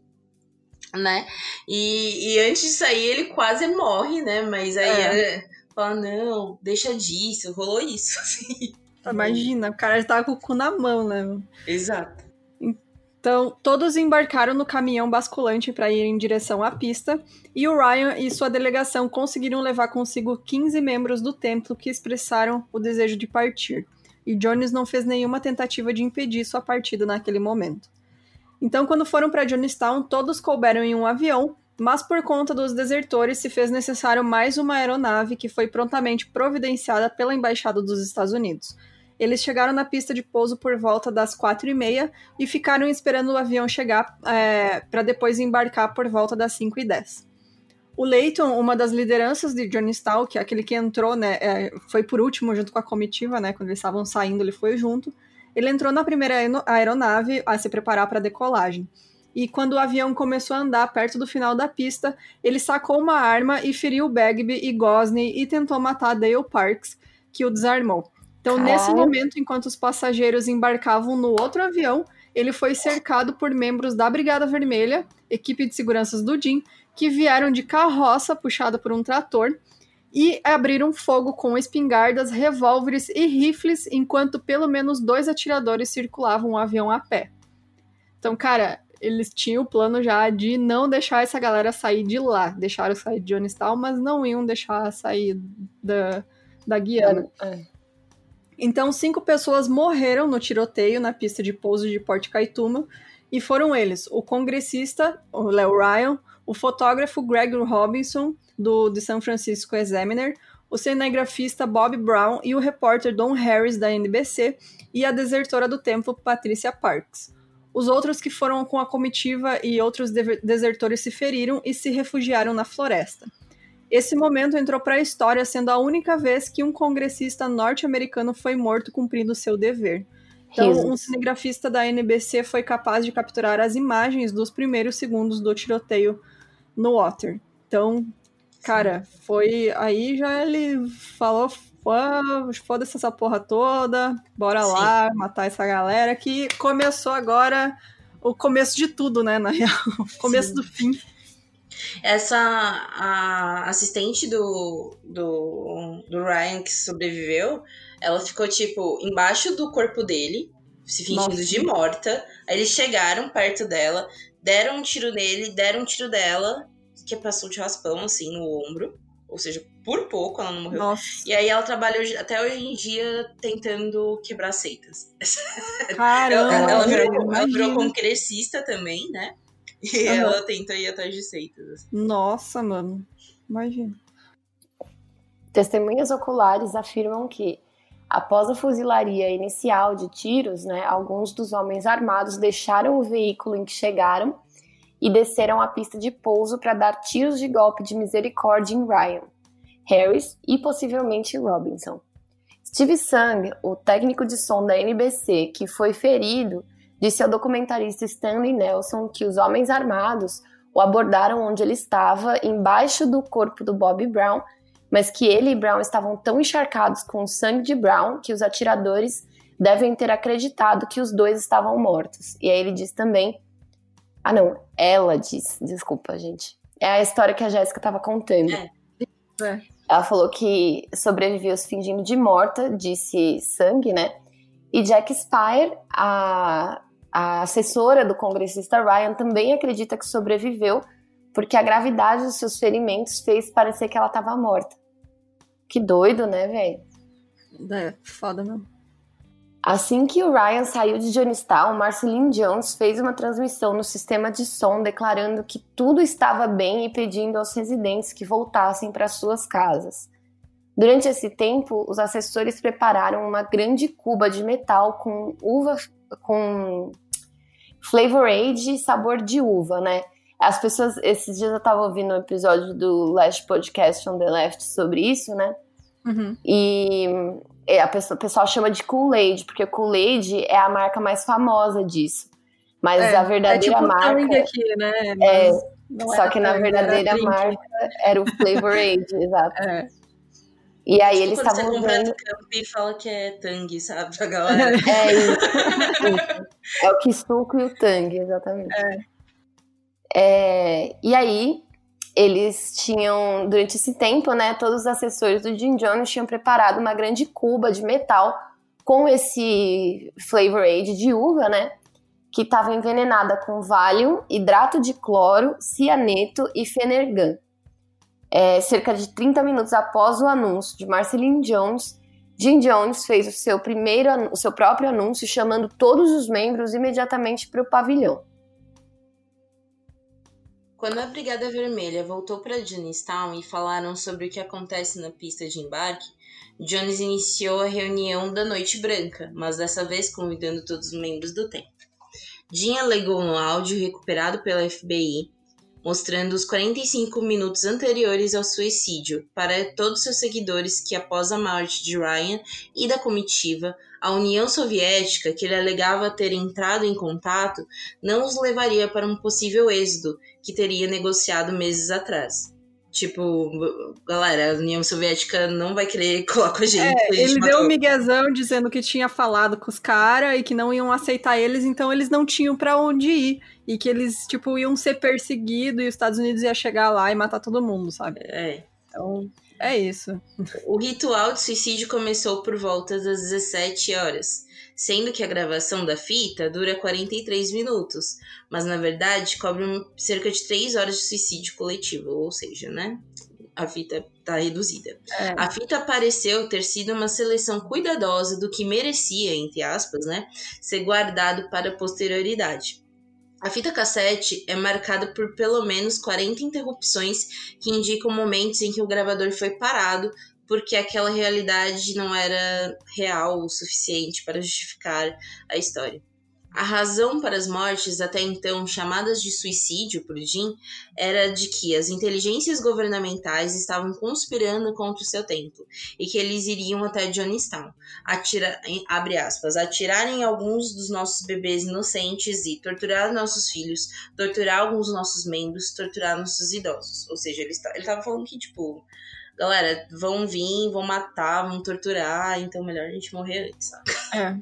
né? E, e antes de sair ele quase morre, né? Mas aí é. ela fala, não, deixa disso, rolou isso, assim. Imagina, o cara já tava com o cu na mão, né? Exato. Então, todos embarcaram no caminhão basculante para ir em direção à pista, e o Ryan e sua delegação conseguiram levar consigo quinze membros do templo que expressaram o desejo de partir, e Jones não fez nenhuma tentativa de impedir sua partida naquele momento. Então, quando foram para Jonestown, todos couberam em um avião, mas por conta dos desertores se fez necessário mais uma aeronave que foi prontamente providenciada pela Embaixada dos Estados Unidos. Eles chegaram na pista de pouso por volta das quatro e meia e ficaram esperando o avião chegar é, para depois embarcar por volta das cinco e dez. O Layton, uma das lideranças de Jonestown, que é aquele que entrou, né, é, foi por último junto com a comitiva, né, quando eles estavam saindo ele foi junto, ele entrou na primeira aeronave a se preparar para a decolagem. E quando o avião começou a andar perto do final da pista, ele sacou uma arma e feriu Bagby e Gosney e tentou matar Dale Parks, que o desarmou. Então, Caralho. Nesse momento, enquanto os passageiros embarcavam no outro avião, ele foi cercado por membros da Brigada Vermelha, equipe de seguranças do Jim, que vieram de carroça puxada por um trator e abriram fogo com espingardas, revólveres e rifles, enquanto pelo menos dois atiradores circulavam o avião a pé. Então, cara, eles tinham o plano já de não deixar essa galera sair de lá. Deixaram sair de Jonestown, mas não iam deixar sair da, da Guiana. É. Então, cinco pessoas morreram no tiroteio na pista de pouso de Port Kaituma, e foram eles, o congressista, o Leo Ryan, o fotógrafo Greg Robinson, do The San Francisco Examiner, o cinegrafista Bob Brown e o repórter Don Harris, da N B C, e a desertora do templo, Patricia Parks. Os outros que foram com a comitiva e outros de- desertores se feriram e se refugiaram na floresta. Esse momento entrou para a história, sendo a única vez que um congressista norte-americano foi morto cumprindo seu dever. Então, Jesus. Um cinegrafista da N B C foi capaz de capturar as imagens dos primeiros segundos do tiroteio no Water. Então, cara, foi... Aí já ele falou, foda-se essa porra toda, bora Sim. lá matar essa galera, que começou agora o começo de tudo, né, na real. O começo Sim. do fim. Essa a assistente do, do, do Ryan que sobreviveu, ela ficou, tipo, embaixo do corpo dele, se fingindo Nossa. de morta. Aí eles chegaram perto dela, deram um tiro nele, deram um tiro dela, que passou de raspão, assim, no ombro. Ou seja, por pouco ela não morreu. Nossa. E aí ela trabalhou até hoje em dia tentando quebrar seitas. Caramba! ela, ela, virou, ela virou congressista também, né? E uhum. ela tenta ir atrás de seitas. Assim. Nossa, mano. Imagina. Testemunhas oculares afirmam que, após a fuzilaria inicial de tiros, né, alguns dos homens armados deixaram o veículo em que chegaram e desceram a pista de pouso para dar tiros de golpe de misericórdia em Ryan, Harris e possivelmente Robinson. Steve Sung, o técnico de som da N B C que foi ferido, disse ao documentarista Stanley Nelson que os homens armados o abordaram onde ele estava, embaixo do corpo do Bob Brown, mas que ele e Brown estavam tão encharcados com o sangue de Brown que os atiradores devem ter acreditado que os dois estavam mortos. E aí ele diz também... Ah, não, ela diz, desculpa, gente. É a história que a Jéssica estava contando. É. É. Ela falou que sobreviveu se fingindo de morta, disse Sung, né? E Jack Spire, a... A assessora do congressista Ryan também acredita que sobreviveu porque a gravidade dos seus ferimentos fez parecer que ela estava morta. Que doido, né, velho? É, foda mesmo. Assim que o Ryan saiu de Jonestown, Marceline Jones fez uma transmissão no sistema de som declarando que tudo estava bem e pedindo aos residentes que voltassem para suas casas. Durante esse tempo, os assessores prepararam uma grande cuba de metal com uva, com Flavor Aid sabor de uva, né? As pessoas, esses dias eu tava ouvindo um episódio do Last Podcast on the Left sobre isso, né? Uhum. E a pessoa, o pessoal chama de Kool-Aid, porque Kool-Aid é a marca mais famosa disso. Mas é, a verdadeira é tipo marca... aqui, né? É, só é que na verdadeira marca era o Flavor Aid, exato. É. E aí tipo eles quando estavam você compra usando... Camp e fala que é Tang, sabe? Pra galera. É isso, isso. É o Kisuko e o Tang, exatamente. É. É, e aí, eles tinham, durante esse tempo, né, todos os assessores do Jim Jones tinham preparado uma grande cuba de metal com esse Flavor Aid de uva, né, que estava envenenada com Valium, hidrato de cloro, cianeto e Fenergan. É, cerca de trinta minutos após o anúncio de Marceline Jones, Jim Jones fez o seu, primeiro, o seu próprio anúncio, chamando todos os membros imediatamente para o pavilhão. Quando a Brigada Vermelha voltou para Jonestown e falaram sobre o que acontece na pista de embarque, Jones iniciou a reunião da Noite Branca, mas dessa vez convidando todos os membros do templo. Jim alegou um áudio recuperado pela F B I, mostrando os quarenta e cinco minutos anteriores ao suicídio para todos seus seguidores que, após a morte de Ryan e da comitiva, a União Soviética, que ele alegava ter entrado em contato, não os levaria para um possível êxodo que teria negociado meses atrás. Tipo, galera, a União Soviética não vai querer colar com a gente. É, a gente ele matou. deu um miguezão dizendo que tinha falado com os caras e que não iam aceitar eles, então eles não tinham pra onde ir. E que eles, tipo, iam ser perseguidos e os Estados Unidos ia chegar lá e matar todo mundo, sabe? É. Então, é isso. O ritual de suicídio começou por volta das dezessete horas, sendo que a gravação da fita dura quarenta e três minutos, mas na verdade cobre cerca de três horas de suicídio coletivo, ou seja, né? A fita tá reduzida. É. A fita pareceu ter sido uma seleção cuidadosa do que merecia, entre aspas, né, ser guardado para a posterioridade. A fita cassete é marcada por pelo menos quarenta interrupções que indicam momentos em que o gravador foi parado porque aquela realidade não era real o suficiente para justificar a história. A razão para as mortes, até então chamadas de suicídio por Jim, era de que as inteligências governamentais estavam conspirando contra o seu templo e que eles iriam até Jonestown, atira, abre aspas, atirar em alguns dos nossos bebês inocentes e torturar nossos filhos, torturar alguns dos nossos membros, torturar nossos idosos. Ou seja, ele estava falando que, tipo, galera, vão vir, vão matar, vão torturar, então melhor a gente morrer antes, sabe? É.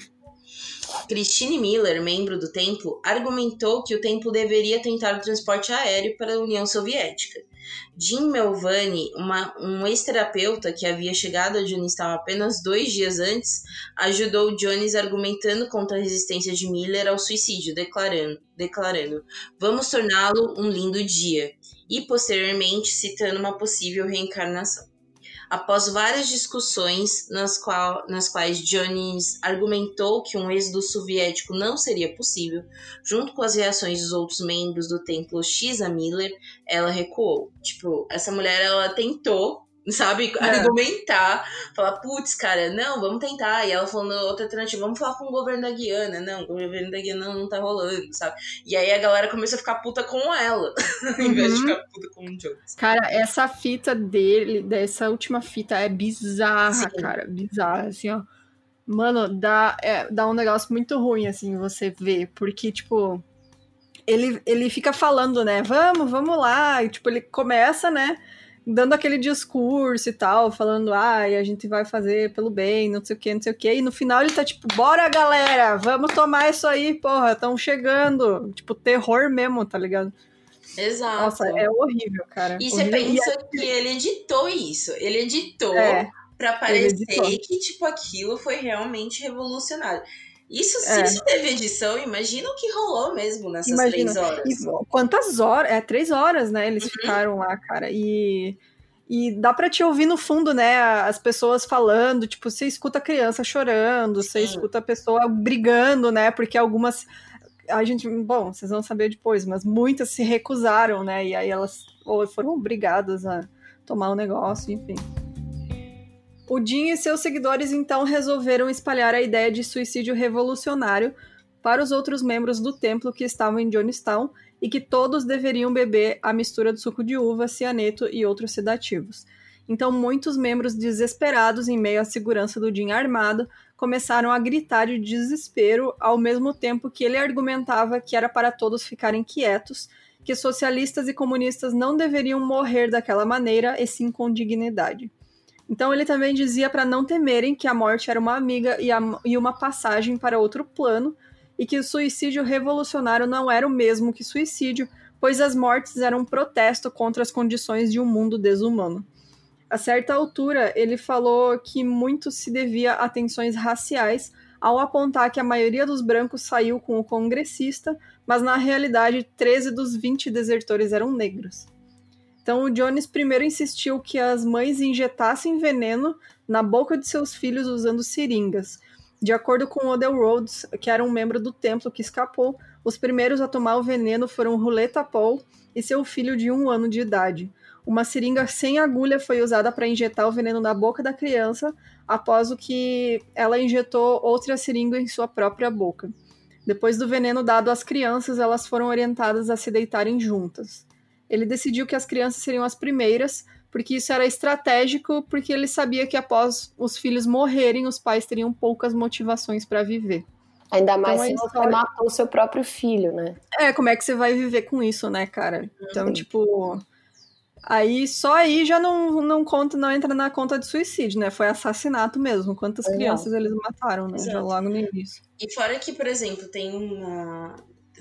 Christine Miller, membro do templo, argumentou que o templo deveria tentar o transporte aéreo para a União Soviética. Jim Melvani, uma, um ex-terapeuta que havia chegado a Jonestown apenas dois dias antes, ajudou Jones argumentando contra a resistência de Miller ao suicídio, declarando, declarando "Vamos torná-lo um lindo dia", e posteriormente citando uma possível reencarnação. Após várias discussões nas, qual, nas quais Jones argumentou que um êxodo soviético não seria possível, junto com as reações dos outros membros do templo X a Miller, ela recuou. Tipo, essa mulher, ela tentou, sabe, É. argumentar, falar, putz, cara, não, vamos tentar. E ela falou outra alternativa, vamos falar com o governo da Guiana. Não, o governo da Guiana não, não tá rolando, sabe? E aí a galera começou a ficar puta com ela, Uhum. em vez de ficar puta com o Jones. Cara, essa fita dele, dessa última fita é bizarra, Sim. cara. Bizarra, assim, ó. Mano, dá, é, dá um negócio muito ruim, assim, você ver. Porque, tipo, ele, ele fica falando, né? Vamos, vamos lá. E, tipo, ele começa, né? Dando aquele discurso e tal, falando, ah, a gente vai fazer pelo bem, não sei o que, não sei o que. E no final ele tá tipo, bora, galera, vamos tomar isso aí, porra, estão chegando. Tipo, terror mesmo, tá ligado? Exato. Nossa, é horrível, cara. E você horrível. pensa E aí, que ele editou isso. Ele editou É, pra ele parecer editou. que, tipo, aquilo foi realmente revolucionário. Isso, se É. isso teve edição, imagina o que rolou mesmo nessas Imagina. três horas. E quantas horas? É, três horas, né? Eles Uhum. ficaram lá, cara. E, e dá pra te ouvir no fundo, né? As pessoas falando, tipo, você escuta a criança chorando, você Sim. escuta a pessoa brigando, né? Porque algumas. A gente, bom, vocês vão saber depois, mas muitas se recusaram, né? E aí elas ou foram obrigadas a tomar o negócio, enfim. O Jim e seus seguidores então resolveram espalhar a ideia de suicídio revolucionário para os outros membros do templo que estavam em Jonestown e que todos deveriam beber a mistura de suco de uva, cianeto e outros sedativos. Então muitos membros desesperados em meio à segurança do Jim armado começaram a gritar de desespero ao mesmo tempo que ele argumentava que era para todos ficarem quietos, que socialistas e comunistas não deveriam morrer daquela maneira e sim com dignidade. Então ele também dizia para não temerem que a morte era uma amiga e, a, e uma passagem para outro plano, e que o suicídio revolucionário não era o mesmo que suicídio, pois as mortes eram um protesto contra as condições de um mundo desumano. A certa altura, ele falou que muito se devia a tensões raciais, ao apontar que a maioria dos brancos saiu com o congressista, mas na realidade treze dos vinte desertores eram negros. Então o Jones primeiro insistiu que as mães injetassem veneno na boca de seus filhos usando seringas. De acordo com Odell Rhodes, que era um membro do templo que escapou, os primeiros a tomar o veneno foram Ruleta Paul e seu filho de um ano de idade. Uma seringa sem agulha foi usada para injetar o veneno na boca da criança, após o que ela injetou outra seringa em sua própria boca. Depois do veneno dado às crianças, elas foram orientadas a se deitarem juntas. Ele decidiu que as crianças seriam as primeiras, porque isso era estratégico, porque ele sabia que após os filhos morrerem, os pais teriam poucas motivações para viver. Ainda mais então, se história... você matou o seu próprio filho, né? É, como é que você vai viver com isso, né, cara? Então, Sim. tipo... Aí, só aí já não, não conta, não entra na conta de suicídio, né? Foi assassinato mesmo. Quantas é. crianças eles mataram, né? Exato. Já logo no início. E fora que, por exemplo, tem uma...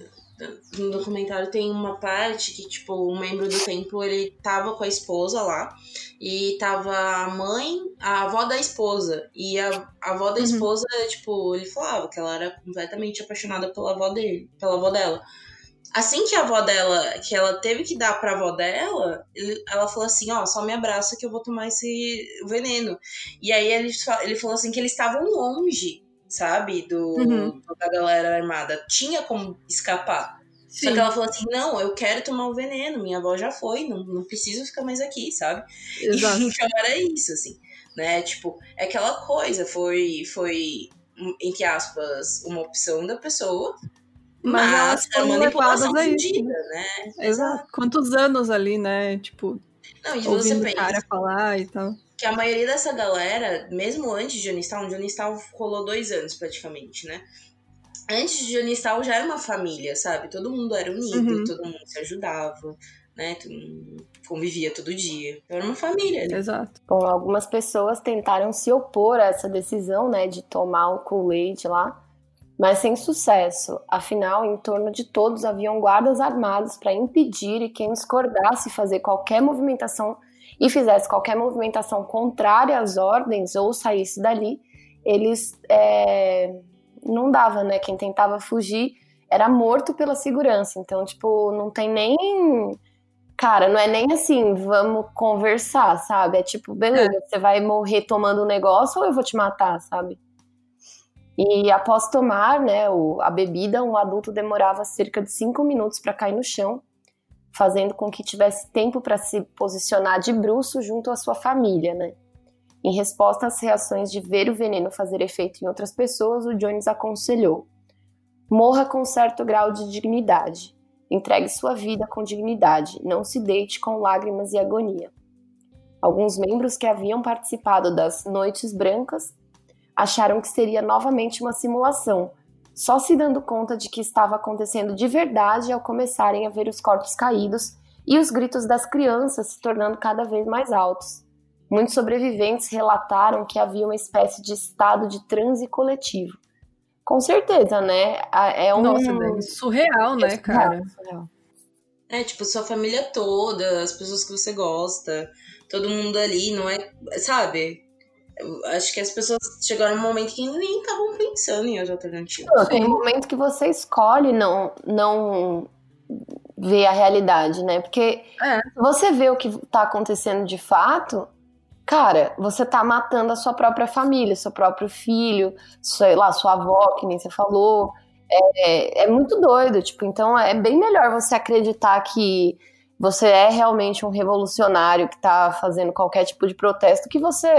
No documentário tem uma parte que, tipo, um membro do templo, ele tava com a esposa lá, e tava a mãe, a avó da esposa, e a, a avó da uhum. esposa, tipo, ele falava que ela era completamente apaixonada pela avó dele, pela avó dela. Assim que a avó dela, que ela teve que dar pra avó dela, ele, ela falou assim, ó, só me abraça que eu vou tomar esse veneno. E aí ele, ele falou assim que eles estavam longe, sabe, do, uhum. da galera armada. Tinha como escapar. Sim. Só que ela falou assim, não, eu quero tomar o veneno, minha avó já foi, não, não preciso ficar mais aqui, sabe? Exato. Então era isso, assim, né, tipo, é aquela coisa, foi, foi, entre aspas, uma opção da pessoa, mas, mas elas foram levadas a isso, fudida, né? Exato. Exato. Quantos anos ali, né, tipo, não, e ouvindo você o cara falar e tal. Que a maioria dessa galera, mesmo antes de Jonestown, Jonestown rolou dois anos praticamente, né? Antes de Jonestown já era uma família, sabe? Todo mundo era unido, uhum. todo mundo se ajudava, né? Todo mundo convivia todo dia. Então era uma família, né? Exato. Bom, algumas pessoas tentaram se opor a essa decisão, né? De tomar o Kool-Aid lá, mas sem sucesso. Afinal, em torno de todos haviam guardas armados para impedir, e quem discordasse fazer qualquer movimentação e fizesse qualquer movimentação contrária às ordens ou saísse dali, eles é, não dava, né? Quem tentava fugir era morto pela segurança. Então, tipo, não tem nem... Cara, não é nem assim, vamos conversar, sabe? É tipo, beleza, é. você vai morrer tomando um negócio ou eu vou te matar, sabe? E após tomar, né, o, a bebida, um adulto demorava cerca de cinco minutos para cair no chão, fazendo com que tivesse tempo para se posicionar de bruços junto à sua família, né? Em resposta às reações de ver o veneno fazer efeito em outras pessoas, o Jones aconselhou: morra com certo grau de dignidade, entregue sua vida com dignidade, não se deite com lágrimas e agonia. Alguns membros que haviam participado das Noites Brancas acharam que seria novamente uma simulação, só se dando conta de que estava acontecendo de verdade ao começarem a ver os corpos caídos e os gritos das crianças se tornando cada vez mais altos. Muitos sobreviventes relataram que havia uma espécie de estado de transe coletivo. Com certeza, né? É um... Nossa, é surreal, né, cara? Surreal. É, tipo, sua família toda, as pessoas que você gosta, todo mundo ali, não é... Sabe? Eu acho que as pessoas chegaram num momento que nem estavam pensando em outra alternativa. Não, tem um momento que você escolhe não, não ver a realidade, né? Porque é. você vê o que tá acontecendo de fato, cara, você tá matando a sua própria família, seu próprio filho, sei lá, sua avó, que nem você falou. É, é muito doido, tipo, então é bem melhor você acreditar que você é realmente um revolucionário que tá fazendo qualquer tipo de protesto, que você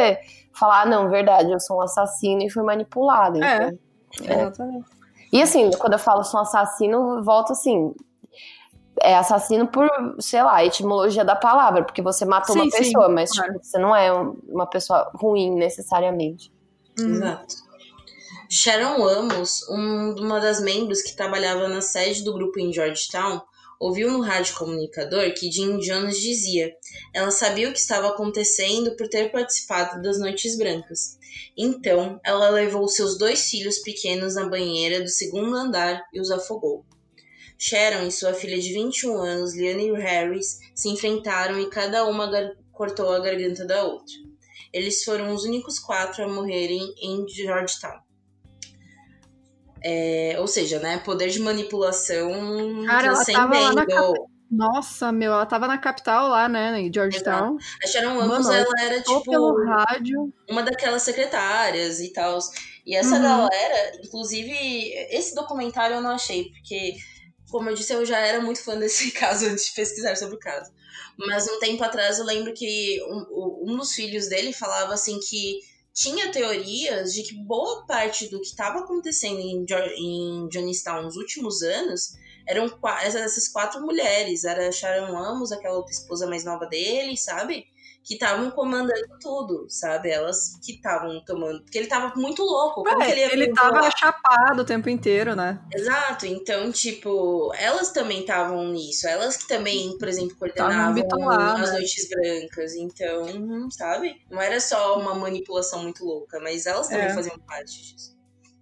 falar, ah, não, verdade, eu sou um assassino e fui manipulado. Então, é, é, exatamente. E assim, quando eu falo sou um assassino, volto assim, é assassino por, sei lá, a etimologia da palavra, porque você matou sim, uma pessoa, sim, mas claro. tipo, você não é uma pessoa ruim necessariamente. Uhum. Exato. Sharon Amos, um, uma das membros que trabalhava na sede do grupo em Georgetown, ouviu no rádio comunicador que Jim Jones dizia: ela sabia o que estava acontecendo por ter participado das Noites Brancas. Então, ela levou seus dois filhos pequenos na banheira do segundo andar e os afogou. Sharon e sua filha de vinte e um anos, Leanne Harris, se enfrentaram e cada uma gar- cortou a garganta da outra. Eles foram os únicos quatro a morrerem em Georgetown. É, ou seja, né, poder de manipulação Cara, ela tava lá na cap... Nossa, meu, ela tava na capital lá, né, em Georgetown. Exato. A Sharon Amos, ela era, tipo, pelo rádio. uma daquelas secretárias e tal. E essa uhum. galera, inclusive, esse documentário eu não achei, porque, como eu disse, eu já era muito fã desse caso antes de pesquisar sobre o caso. Mas um tempo atrás eu lembro que um, um dos filhos dele falava, assim, que tinha teorias de que boa parte do que estava acontecendo em, em Jonestown nos últimos anos eram essas quatro mulheres. Era a Sharon Amos, aquela outra esposa mais nova dele, sabe? Que estavam comandando tudo, sabe? Elas que estavam tomando... Porque ele tava muito louco. Como é, que ele ia ele tava chapado o tempo inteiro, né? Exato. Então, tipo, elas também estavam nisso. Elas que também, por exemplo, coordenavam bitolar, as né? Noites Brancas. Então, sabe? Não era só uma manipulação muito louca, mas elas também é. faziam parte disso.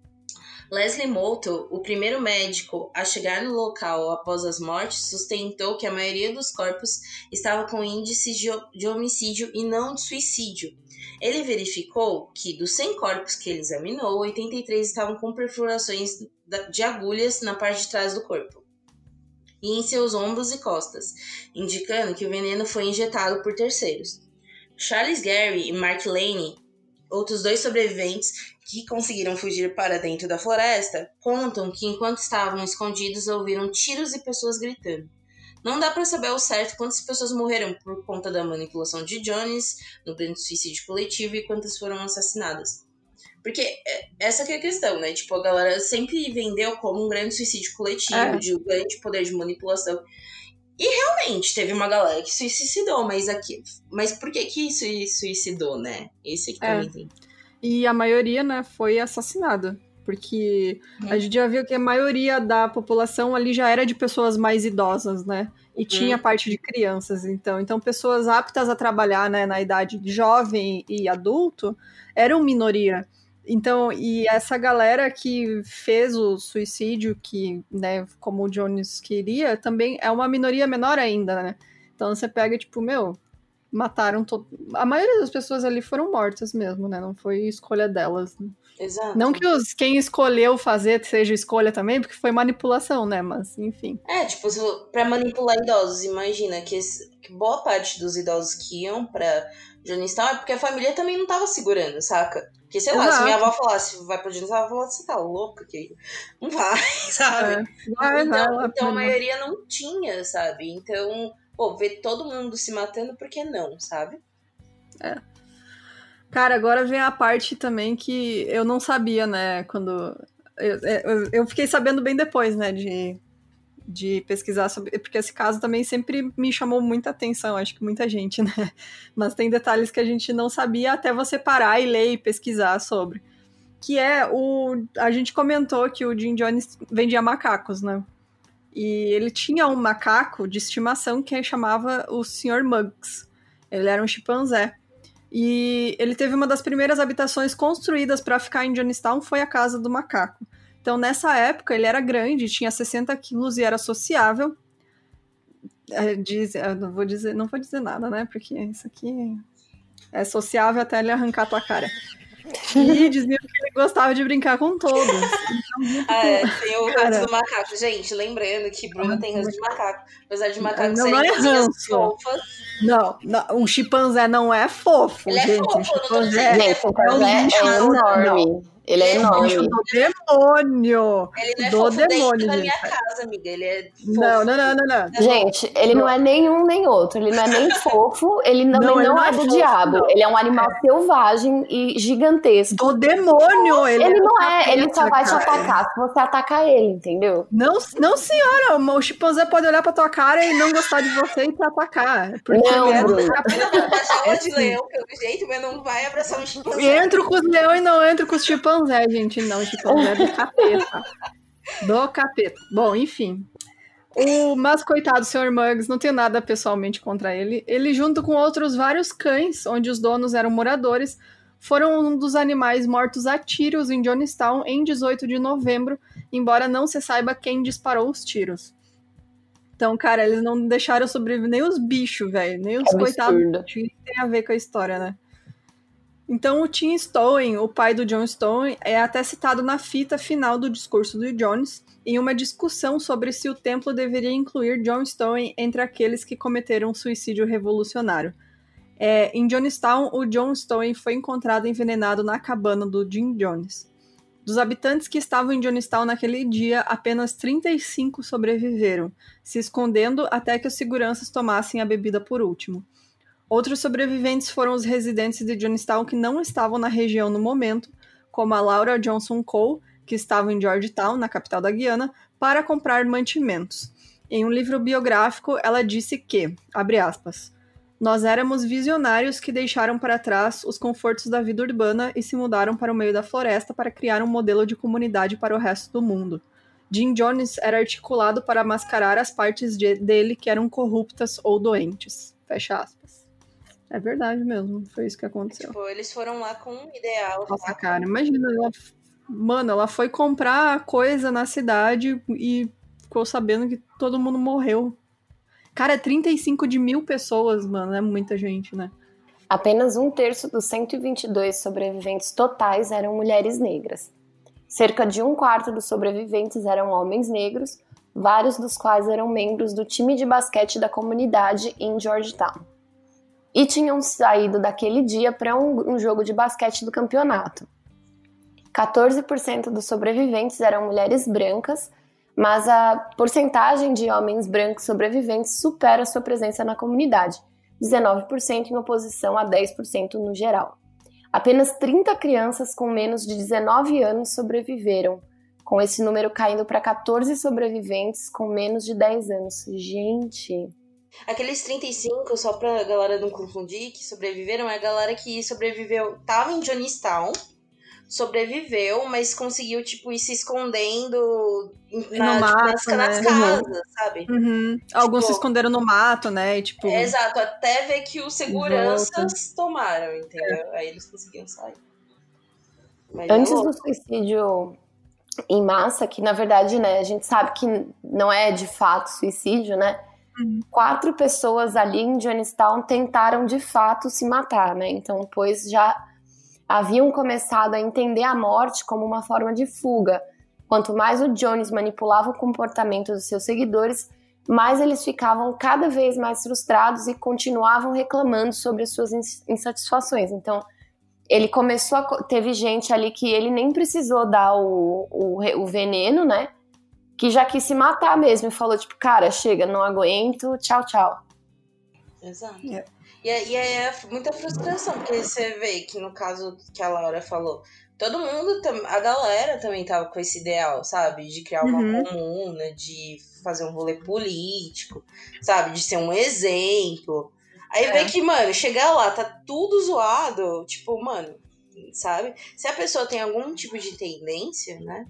Leslie Moulton, o primeiro médico a chegar no local após as mortes, sustentou que a maioria dos corpos estava com índices de homicídio e não de suicídio. Ele verificou que, dos cem corpos que ele examinou, oitenta e três estavam com perfurações de agulhas na parte de trás do corpo e em seus ombros e costas, indicando que o veneno foi injetado por terceiros. Charles Gary e Mark Lane, outros dois sobreviventes que conseguiram fugir para dentro da floresta, contam que enquanto estavam escondidos ouviram tiros e pessoas gritando. Não dá para saber ao certo quantas pessoas morreram por conta da manipulação de Jones no grande suicídio coletivo e quantas foram assassinadas. Porque essa que é a questão, né? Tipo, a galera sempre vendeu como um grande suicídio coletivo, é. de um grande poder de manipulação. E realmente teve uma galera que se suicidou, mas aqui, mas por que que se suicidou, né? Esse que também é. tem. E a maioria, né, foi assassinada. Porque hum. a gente já viu que a maioria da população ali já era de pessoas mais idosas, né? E hum. tinha parte de crianças, então. Então, pessoas aptas a trabalhar, né, na idade de jovem e adulto eram minoria. Então, e essa galera que fez o suicídio, que, né, como o Jones queria, também é uma minoria menor ainda, né? Então, você pega, tipo, meu... mataram todo... A maioria das pessoas ali foram mortas mesmo, né? Não foi escolha delas. Né? Exato. Não que os, quem escolheu fazer seja escolha também, porque foi manipulação, né? Mas, enfim. É, tipo, pra manipular idosos, imagina que, esse, que boa parte dos idosos que iam pra Jonestown é porque a família também não tava segurando, saca? Porque, sei lá, Exato. se minha avó falasse, vai pra Jonestown, ela vai falar, você tá louca? Que... Não vai, sabe? É. Vai, então, vai, então a maioria não tinha, sabe? Então... Pô, ver todo mundo se matando, por que não, sabe? É. Cara, agora vem a parte também que eu não sabia, né, quando... Eu, eu, eu fiquei sabendo bem depois, né, de, de pesquisar sobre... Porque esse caso também sempre me chamou muita atenção, acho que muita gente, né? Mas tem detalhes que a gente não sabia até você parar e ler e pesquisar sobre. Que é o... A gente comentou que o Jim Jones vendia macacos, né? E ele tinha um macaco de estimação que chamava o senhor Muggs. Ele era um chimpanzé. E ele teve uma das primeiras habitações construídas para ficar em Jonestown, foi a casa do macaco. Então, nessa época, ele era grande, tinha sessenta quilos e era sociável. É, diz, eu não vou dizer, não vou dizer nada, né? Porque isso aqui é sociável até ele arrancar a tua cara. E diziam que ele gostava de brincar com todos. Então, ah, é, tem o ranço do macaco. Gente, lembrando que Bruna tem ranço de macaco. Apesar de macaco não, serem não é coisinhas fofas. Não, não, um chimpanzé não é fofo, ele gente. É fofo, um chimpanzé é, é, é, é enorme. Ele é enorme. Do demônio! Ele não é do fofo demônio, dentro da gente. minha casa, amiga. Ele é fofo. Não, não, não, não, não. Gente, ele não é nenhum nem outro. Ele não é nem fofo, ele também Não, não, ele não é é do fofo, diabo. não. Ele é um animal selvagem e gigantesco. Do demônio! Ele, Ele é não do é, ele só capeta, vai te cara. atacar se você atacar ele, entendeu? Não, não, senhora, o chimpanzé pode olhar pra tua cara e não gostar de você e te atacar. Porque Não, ele é do Bruno. capeta. Na jaula É de sim. leão, pelo jeito, mas não vai abraçar um chimpanzé. Entro com os leões e não entro com os chimpanzé, gente. Não, chimpanzé é do capeta. Do capeta. Bom, enfim. O, mas, coitado, o senhor Muggs, não tem nada pessoalmente contra ele. Ele, junto com outros vários cães, onde os donos eram moradores, foram um dos animais mortos a tiros em Johnstown em dezoito de novembro, embora não se saiba quem disparou os tiros. Então, cara, eles não deixaram sobreviver nem os bichos, velho. Nem os Absurdo. coitados que tem a ver com a história, né? Então, o Tim Stowen, o pai do John Stowen, é até citado na fita final do discurso do Jones, em uma discussão sobre se o templo deveria incluir John Stowen entre aqueles que cometeram suicídio revolucionário. É, em Johnstown, o John Stowen foi encontrado envenenado na cabana do Jim Jones. Dos habitantes que estavam em Johnstown naquele dia, apenas trinta e cinco sobreviveram, se escondendo até que os seguranças tomassem a bebida por último. Outros sobreviventes foram os residentes de Johnstown que não estavam na região no momento, como a Laura Johnson Cole, que estava em Georgetown, na capital da Guiana, para comprar mantimentos. Em um livro biográfico, ela disse que, abre aspas, nós éramos visionários que deixaram para trás os confortos da vida urbana e se mudaram para o meio da floresta para criar um modelo de comunidade para o resto do mundo. Jim Jones era articulado para mascarar as partes de, dele que eram corruptas ou doentes. Fecha aspas. É verdade mesmo, foi isso que aconteceu. Tipo, eles foram lá com um ideal. Nossa, tá? cara, imagina, ela, mano, ela foi comprar coisa na cidade e ficou sabendo que todo mundo morreu. Cara, trinta e cinco de mil pessoas, mano, é muita gente, né? Apenas um terço dos cento e vinte e dois sobreviventes totais eram mulheres negras. Cerca de um quarto dos sobreviventes eram homens negros, vários dos quais eram membros do time de basquete da comunidade em Georgetown. E tinham saído daquele dia para um, um jogo de basquete do campeonato. quatorze por cento dos sobreviventes eram mulheres brancas, mas a porcentagem de homens brancos sobreviventes supera a sua presença na comunidade, dezenove por cento em oposição a dez por cento no geral. Apenas trinta crianças com menos de dezenove anos sobreviveram, com esse número caindo para quatorze sobreviventes com menos de dez anos. Gente... Aqueles trinta e cinco, só pra galera não confundir, que sobreviveram, é a galera que sobreviveu, tava em Johnstown, sobreviveu, mas conseguiu, tipo, ir se escondendo na, no mato, nas, nas né? casas, sabe? Uhum. Alguns Tipo, se esconderam no mato, né? E, tipo... É, exato, até ver que os seguranças tomaram, entendeu? É. Aí eles conseguiam sair. Mas Antes é do suicídio em massa, que na verdade, né, a gente sabe que não é de fato suicídio, né? Uhum. Quatro pessoas ali em Johnstown tentaram de fato se matar, né? Então, pois já haviam começado a entender a morte como uma forma de fuga. Quanto mais o Jones manipulava o comportamento dos seus seguidores, mais eles ficavam cada vez mais frustrados e continuavam reclamando sobre as suas insatisfações. Então, ele começou a... Teve gente ali que ele nem precisou dar o, o, o veneno, né? Que já quis se matar mesmo e falou, tipo, cara, chega, não aguento, tchau, tchau. Exato. Yeah. E, e aí é muita frustração, porque você vê que no caso que a Laura falou, todo mundo, a galera também tava com esse ideal, sabe? De criar uma uhum. comuna, de fazer um rolê político, sabe? De ser um exemplo. Aí é. vê que, mano, chegar lá, tá tudo zoado, tipo, mano, sabe? Se a pessoa tem algum tipo de tendência, né?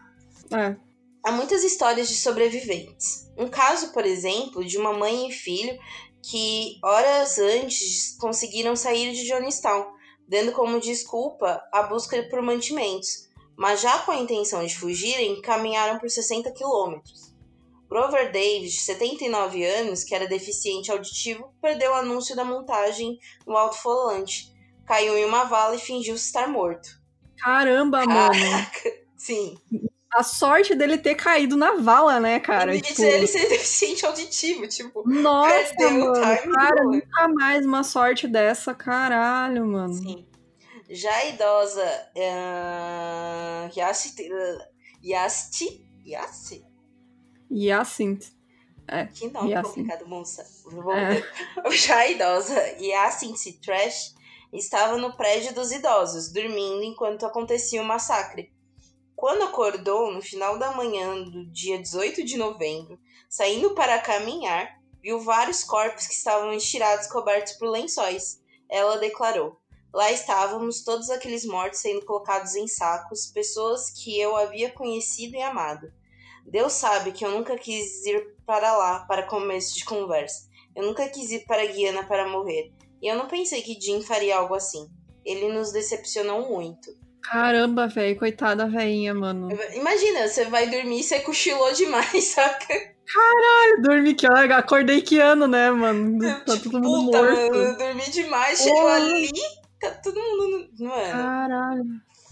É. Há muitas histórias de sobreviventes. Um caso, por exemplo, de uma mãe e filho que, horas antes, conseguiram sair de Johnstown, dando como desculpa a busca por mantimentos, mas já com a intenção de fugirem, caminharam por sessenta quilômetros. Grover Davis, de setenta e nove anos, que era deficiente auditivo, perdeu o anúncio da montagem no alto-falante, caiu em uma vala e fingiu estar morto. Caramba, mano! Sim. A sorte dele ter caído na vala, né, cara? E tipo... ele ser deficiente auditivo, tipo... Nossa, mano, cara, do... nunca mais uma sorte dessa, caralho, mano. Sim. Já a idosa uh, Yasti, Yasti, Yasti? Hyacinthe. É, Que nome Hyacinthe. complicado, moça. É. Já a idosa Hyacinthe Trash estava no prédio dos idosos, dormindo enquanto acontecia o massacre. Quando acordou, no final da manhã do dia dezoito de novembro, saindo para caminhar, viu vários corpos que estavam estirados cobertos por lençóis. Ela declarou: lá estávamos todos aqueles mortos sendo colocados em sacos, pessoas que eu havia conhecido e amado. Deus sabe que eu nunca quis ir para lá para começo de conversa. Eu nunca quis ir para Guiana para morrer. E eu não pensei que Jim faria algo assim. Ele nos decepcionou muito. Caramba, velho, coitada velhinha, mano. Imagina, você vai dormir e você cochilou demais, saca? Caralho, dormi que ano, acordei que ano, né, mano? Tá tipo, todo mundo puta, morto. Mano, eu dormi demais, chegou ali, tá todo mundo... Mano. Caralho.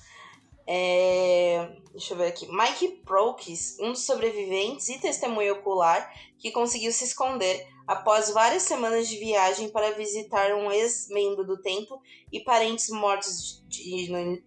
É... Deixa eu ver aqui. Mike Prokes, um dos sobreviventes e testemunha ocular, que conseguiu se esconder após várias semanas de viagem para visitar um ex-membro do templo e parentes mortos de...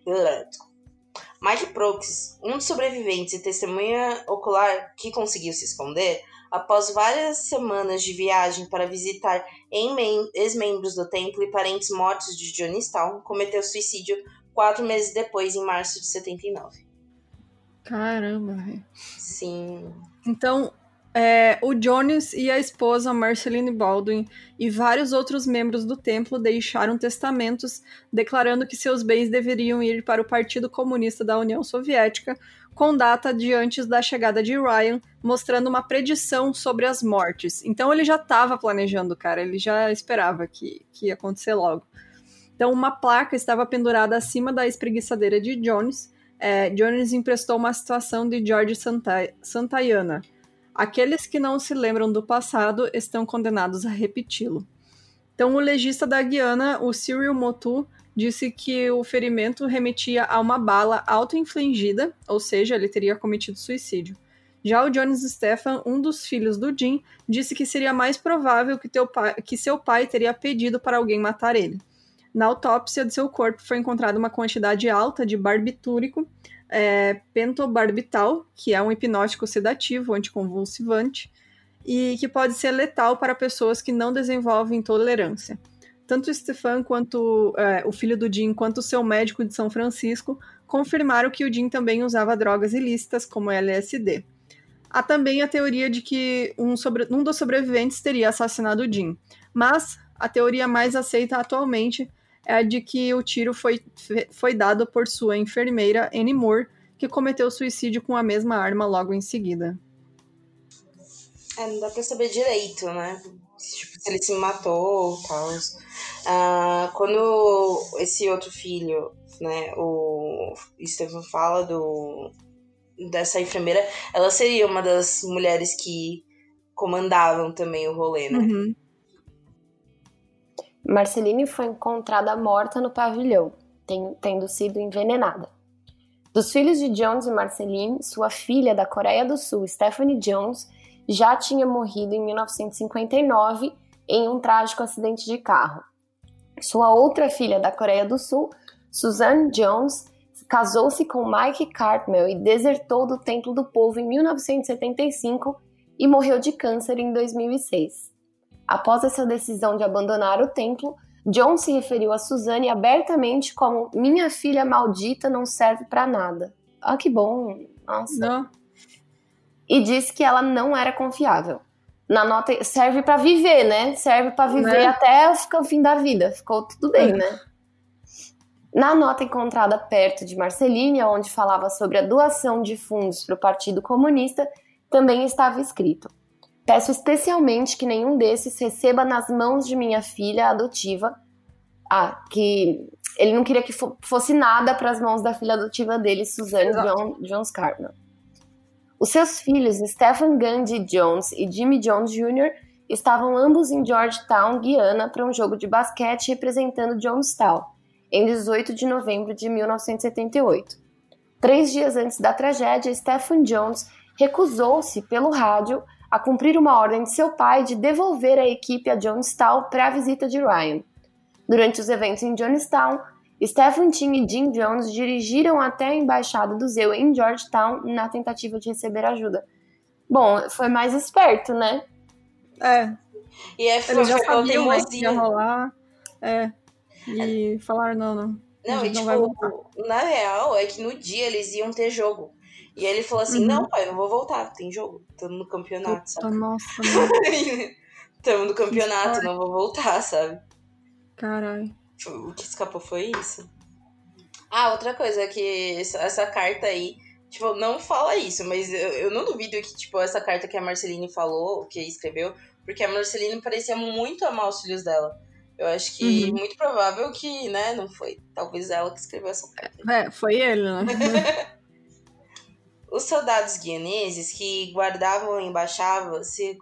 Mike Prokes, um dos sobreviventes e testemunha ocular que conseguiu se esconder após várias semanas de viagem para visitar ex-membros do templo e parentes mortos de Jonestown, cometeu suicídio quatro meses depois, em março de setenta e nove. Caramba, velho. Sim. Então, é, o Jones e a esposa Marceline Baldwin e vários outros membros do templo deixaram testamentos declarando que seus bens deveriam ir para o Partido Comunista da União Soviética, com data de antes da chegada de Ryan, mostrando uma predição sobre as mortes. Então ele já estava planejando, cara, ele já esperava que, que ia acontecer logo. Então uma placa estava pendurada acima da espreguiçadeira de Jones. É, Jones emprestou uma citação de George Santa- Santayana. Aqueles que não se lembram do passado estão condenados a repeti-lo. Então, o legista da Guiana, o Cyril Motu, disse que o ferimento remetia a uma bala auto-infligida, ou seja, ele teria cometido suicídio. Já o Jones Stephan, um dos filhos do Jim, disse que seria mais provável que, teu pai, que seu pai teria pedido para alguém matar ele. Na autópsia de seu corpo foi encontrada uma quantidade alta de barbitúrico, é, pentobarbital, que é um hipnótico sedativo, anticonvulsivante, e que pode ser letal para pessoas que não desenvolvem tolerância. Tanto o Stefan quanto é, o filho do Jim, quanto o seu médico de São Francisco, confirmaram que o Jim também usava drogas ilícitas, como L S D. Há também a teoria de que um, sobre, um dos sobreviventes teria assassinado o Jim, mas a teoria mais aceita atualmente é a de que o tiro foi, foi dado por sua enfermeira, Annie Moore, que cometeu suicídio com a mesma arma logo em seguida. É, não dá pra saber direito, né? Tipo, se ele se matou e tal. Ah, quando esse outro filho, né, o Stephen fala do, dessa enfermeira, ela seria uma das mulheres que comandavam também o rolê, né? Uhum. Marceline foi encontrada morta no pavilhão, ten- tendo sido envenenada. Dos filhos de Jones e Marceline, sua filha da Coreia do Sul, Stephanie Jones, já tinha morrido em mil novecentos e cinquenta e nove em um trágico acidente de carro. Sua outra filha da Coreia do Sul, Suzanne Jones, casou-se com Mike Cartmel e desertou do Templo do Povo em mil novecentos e setenta e cinco e morreu de câncer em dois mil e seis. Após essa decisão de abandonar o templo, John se referiu a Suzanne abertamente como "minha filha maldita não serve pra nada". Ah, que bom, nossa. Não. E disse que ela não era confiável. Na nota, serve pra viver, né? Serve pra viver Né? até o fim da vida. Ficou tudo bem, né? Na nota encontrada perto de Marceline, onde falava sobre a doação de fundos para o Partido Comunista, também estava escrito: "Peço especialmente que nenhum desses receba nas mãos de minha filha adotiva." Ah, que ele não queria que fo- fosse nada para as mãos da filha adotiva dele, Suzanne John, Jones Cartmel. Os seus filhos, Stephen Gandhi Jones e Jimmy Jones Júnior, estavam ambos em Georgetown, Guiana, para um jogo de basquete representando Jonestown, em dezoito de novembro de mil novecentos e setenta e oito. Três dias antes da tragédia, Stephen Jones recusou-se pelo rádio a cumprir uma ordem de seu pai de devolver a equipe a Jonestown para a visita de Ryan. Durante os eventos em Jonestown, Stephen Chin e Jim Jones dirigiram até a embaixada do Zeu em Georgetown na tentativa de receber ajuda. Bom, foi mais esperto, né? É. E é Eles já foi sabiam, né, que teimosia. ia rolar. É. E falaram, não, não. Não, a e gente não vai voltar. tipo, na real, é que no dia eles iam ter jogo. E ele falou assim, Uhum. não, pai, não vou voltar, tem jogo. Tamo no campeonato, Puta, sabe? nossa, mano. Tamo no campeonato, história. não vou voltar, sabe? Caralho. O que escapou foi isso. Ah, outra coisa é que essa, essa carta aí, tipo, não fala isso, mas eu, eu não duvido que, tipo, essa carta que a Marceline falou, que escreveu, porque a Marceline parecia muito amar os filhos dela. Eu acho que Uhum. muito provável que, né, não foi talvez ela que escreveu essa carta. É, foi ele, né? Os soldados guianeses que guardavam a embaixada se...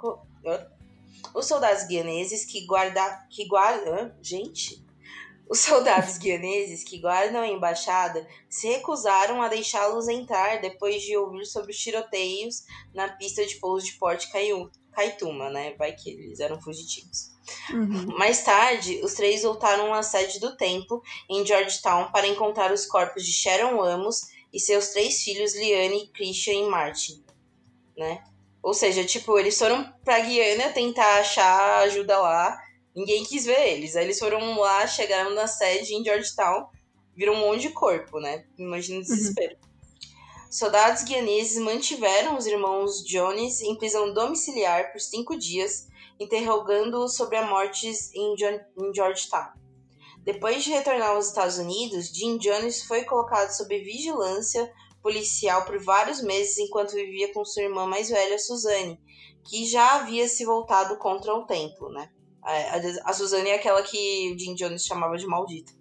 Os soldados guianeses que guarda... que guardam... Gente... Os soldados guianeses que guardam a embaixada se recusaram a deixá-los entrar depois de ouvir sobre os tiroteios na pista de pouso de Porto Kaituma, né? Vai que eles eram fugitivos. Uhum. Mais tarde, os três voltaram à sede do templo em Georgetown para encontrar os corpos de Sharon Amos e seus três filhos, Liane, Christian e Martin, né? Ou seja, tipo, eles foram pra Guiana tentar achar ajuda lá, ninguém quis ver eles. Aí eles foram lá, chegaram na sede em Georgetown, viram um monte de corpo, né? Imagina o desespero. Uhum. Soldados guianeses mantiveram os irmãos Jones em prisão domiciliar por cinco dias, interrogando-os sobre a morte em, John, em Georgetown. Depois de retornar aos Estados Unidos, Jim Jones foi colocado sob vigilância policial por vários meses enquanto vivia com sua irmã mais velha, Suzanne, que já havia se voltado contra o templo, né? A, a Suzanne é aquela que o Jim Jones chamava de maldita.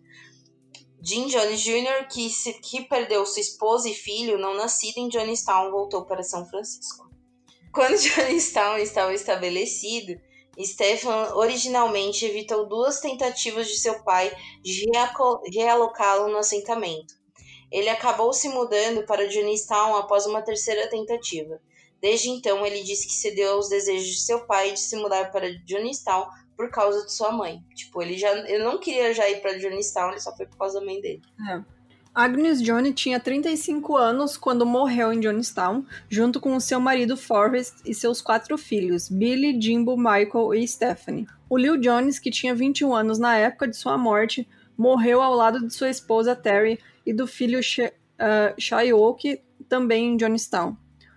Jim Jones Júnior, que, se, que perdeu sua esposa e filho não nascido em Johnstown, voltou para São Francisco. Quando Johnstown estava estabelecido, Stephen originalmente evitou duas tentativas de seu pai de realocá-lo no assentamento. Ele acabou se mudando para Johnstown após uma terceira tentativa. Desde então, ele disse que cedeu aos desejos de seu pai de se mudar para Johnstown por causa de sua mãe. Tipo, ele, já, ele não queria já ir para Johnstown, ele só foi por causa da mãe dele. É. Agnes Johnny tinha trinta e cinco anos quando morreu em Johnstown, junto com o seu marido Forrest e seus quatro filhos, Billy, Jimbo, Michael e Stephanie. O Lil Jones, que tinha vinte e um anos na época de sua morte, morreu ao lado de sua esposa Terry e do filho Sh- uh, Shyoki, também em Johnstown.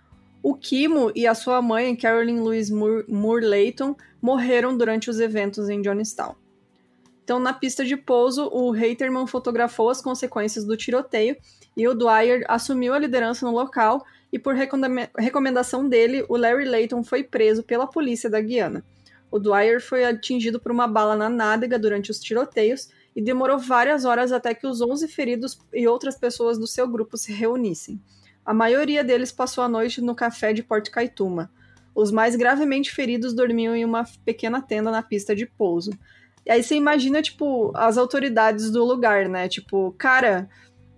O Kimo e a sua mãe, Carolyn Louise Moore, Moore Layton, morreram durante os eventos em Johnstown. Então, na pista de pouso, o Reiterman fotografou as consequências do tiroteio e o Dwyer assumiu a liderança no local e, por recomendação dele, o Larry Layton foi preso pela polícia da Guiana. O Dwyer foi atingido por uma bala na nádega durante os tiroteios e demorou várias horas até que os onze feridos e outras pessoas do seu grupo se reunissem. A maioria deles passou a noite no café de Porto Kaituma. Os mais gravemente feridos dormiam em uma pequena tenda na pista de pouso. E aí você imagina, tipo, as autoridades do lugar, né? Tipo, cara,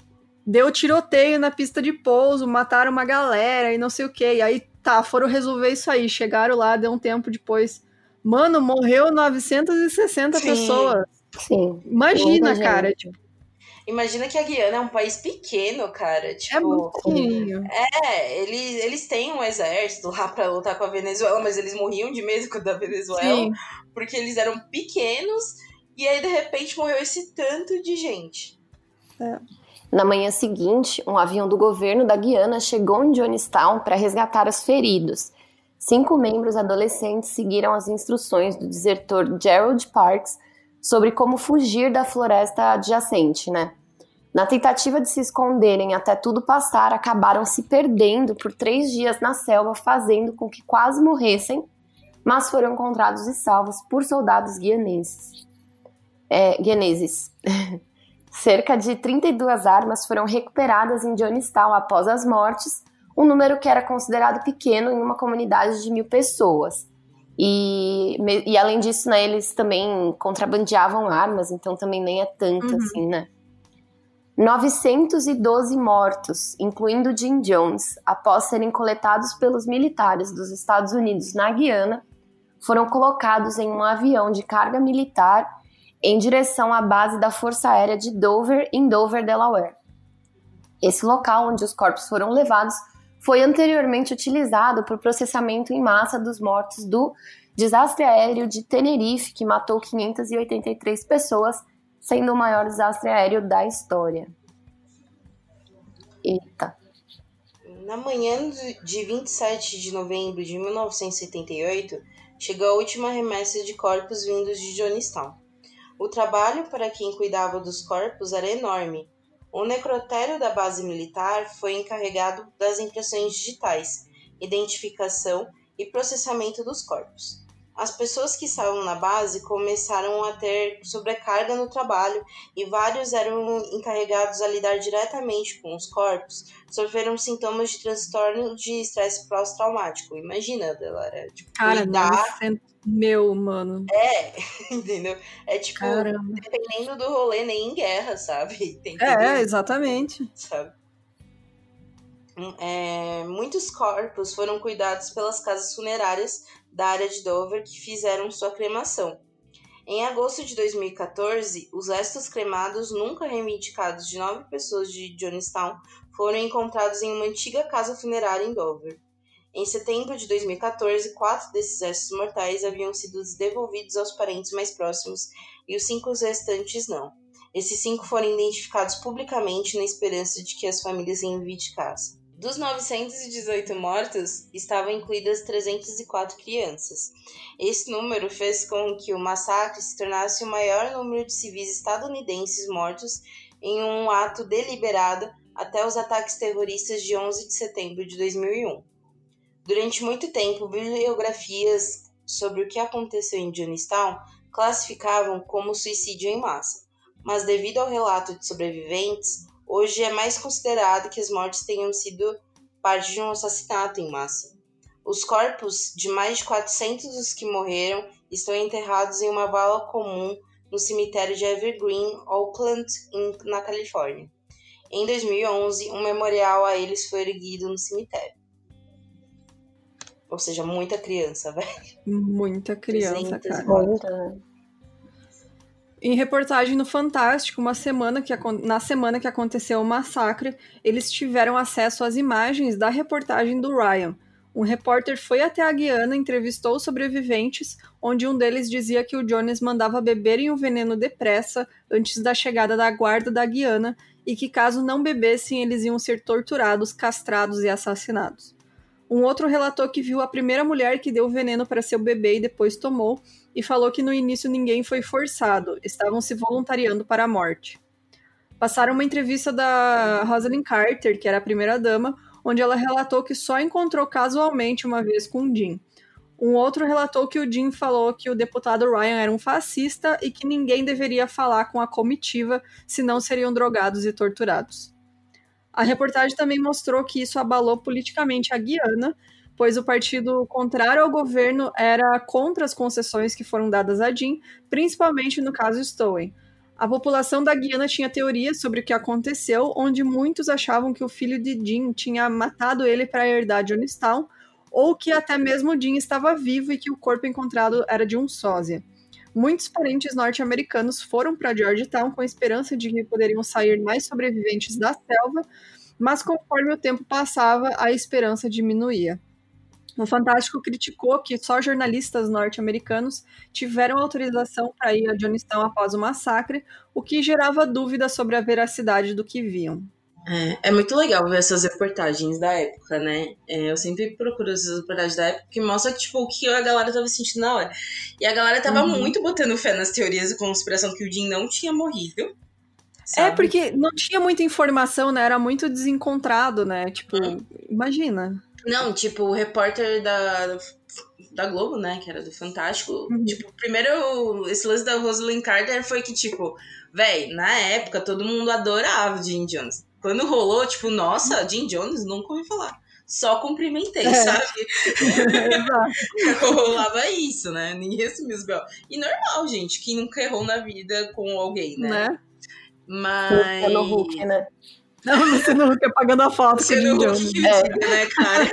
deu tiroteio na pista de pouso, mataram uma galera e não sei o quê. E aí, tá, foram resolver isso aí. Chegaram lá, deu um tempo depois. Mano, morreu novecentas e sessenta Sim. pessoas. Sim. Imagina, cara. Tipo, imagina que a Guiana é um país pequeno, cara. Tipo, é muito pequenininho. É, eles, eles têm um exército lá pra lutar com a Venezuela, mas eles morriam de medo da Venezuela. Sim. Porque eles eram pequenos e aí, de repente, morreu esse tanto de gente. É. Na manhã seguinte, um avião do governo da Guiana chegou em Johnstown para resgatar os feridos. Cinco membros adolescentes seguiram as instruções do desertor Gerald Parks sobre como fugir da floresta adjacente, né? Na tentativa de se esconderem até tudo passar, acabaram se perdendo por três dias na selva, fazendo com que quase morressem, mas foram encontrados e salvos por soldados guianeses. É, guianeses. Cerca de trinta e duas armas foram recuperadas em Johnstown após as mortes, um número que era considerado pequeno em uma comunidade de mil pessoas. E, e além disso, né, eles também contrabandeavam armas, então também nem é tanto Uhum. assim, né? novecentos e doze mortos, incluindo Jim Jones, após serem coletados pelos militares dos Estados Unidos na Guiana, foram colocados em um avião de carga militar em direção à base da Força Aérea de Dover, em Dover, Delaware. Esse local onde os corpos foram levados foi anteriormente utilizado para o processamento em massa dos mortos do desastre aéreo de Tenerife, que matou quinhentas e oitenta e três pessoas, sendo o maior desastre aéreo da história. Eita. Na manhã de vinte e sete de novembro de mil novecentos e setenta e oito, chegou a última remessa de corpos vindos de Jonestown. O trabalho para quem cuidava dos corpos era enorme. O necrotério da base militar foi encarregado das impressões digitais, identificação e processamento dos corpos. As pessoas que estavam na base começaram a ter sobrecarga no trabalho e vários eram encarregados a lidar diretamente com os corpos, sofreram sintomas de transtorno de estresse pós-traumático. Imagina, Delara, tipo, Cara, cuidar... meu, mano. É, entendeu? É tipo, Caramba. Dependendo do rolê, nem em guerra, sabe? Tem é, tudo, exatamente. Sabe? É, muitos corpos foram cuidados pelas casas funerárias da área de Dover que fizeram sua cremação. Em agosto de dois mil e catorze, os restos cremados nunca reivindicados de nove pessoas de Jonestown foram encontrados em uma antiga casa funerária em Dover. Em setembro de dois mil e catorze, quatro desses restos mortais haviam sido devolvidos aos parentes mais próximos e os cinco restantes não. Esses cinco foram identificados publicamente na esperança de que as famílias reivindicassem. Dos novecentos e dezoito mortos, estavam incluídas trezentas e quatro crianças. Esse número fez com que o massacre se tornasse o maior número de civis estadunidenses mortos em um ato deliberado até os ataques terroristas de onze de setembro de dois mil e um. Durante muito tempo, bibliografias sobre o que aconteceu em Jonestown classificavam como suicídio em massa, mas devido ao relato de sobreviventes, hoje é mais considerado que as mortes tenham sido parte de um assassinato em massa. Os corpos de mais de quatrocentos dos que morreram estão enterrados em uma vala comum no cemitério de Evergreen, Oakland, na Califórnia. Em dois mil e onze, um memorial a eles foi erguido no cemitério. Ou seja, muita criança, velho. Muita criança, cara. Muita. Em reportagem no Fantástico, uma semana que, na semana que aconteceu o massacre, eles tiveram acesso às imagens da reportagem do Ryan. Um repórter foi até a Guiana e entrevistou os sobreviventes, onde um deles dizia que o Jones mandava beberem o veneno depressa antes da chegada da guarda da Guiana e que caso não bebessem, eles iam ser torturados, castrados e assassinados. Um outro relatou que viu a primeira mulher que deu o veneno para seu bebê e depois tomou, e falou que no início ninguém foi forçado, estavam se voluntariando para a morte. Passaram uma entrevista da Rosalind Carter, que era a primeira-dama, onde ela relatou que só encontrou casualmente uma vez com o Jim. Um outro relatou que o Jim falou que o deputado Ryan era um fascista e que ninguém deveria falar com a comitiva, senão seriam drogados e torturados. A reportagem também mostrou que isso abalou politicamente a Guiana, pois o partido contrário ao governo era contra as concessões que foram dadas a Jim, principalmente no caso Stowen. A população da Guiana tinha teorias sobre o que aconteceu, onde muitos achavam que o filho de Jim tinha matado ele para herdar Jonestown, ou que até mesmo Jim estava vivo e que o corpo encontrado era de um sósia. Muitos parentes norte-americanos foram para Georgetown com a esperança de que poderiam sair mais sobreviventes da selva, mas conforme o tempo passava, a esperança diminuía. O Fantástico criticou que só jornalistas norte-americanos tiveram autorização para ir a Jonestown após o massacre, o que gerava dúvidas sobre a veracidade do que viam. É, é muito legal ver essas reportagens da época, né? É, eu sempre procuro essas reportagens da época que mostra que, tipo, o que a galera tava sentindo na hora. E a galera tava uhum. muito botando fé nas teorias de conspiração que o Jim não tinha morrido. Sabe? É, porque não tinha muita informação, né? Era muito desencontrado, né? Tipo, hum. imagina. Não, tipo, o repórter da, da Globo, né? Que era do Fantástico. Uhum. Tipo, primeiro, esse lance da Rosalind Carter foi que, tipo, véi, na época todo mundo adorava o Jim Jones. Quando rolou, tipo, nossa, Jim Jones, nunca ouvi falar. Só cumprimentei, é. sabe? Rolava isso, né? Ninguém assumiu os B O. E normal, gente, quem nunca errou na vida com alguém, né? né? Mas... Luciano Huck, né? Não, Luciano Huck apagando a foto com o Jim Jones. É. Né, cara?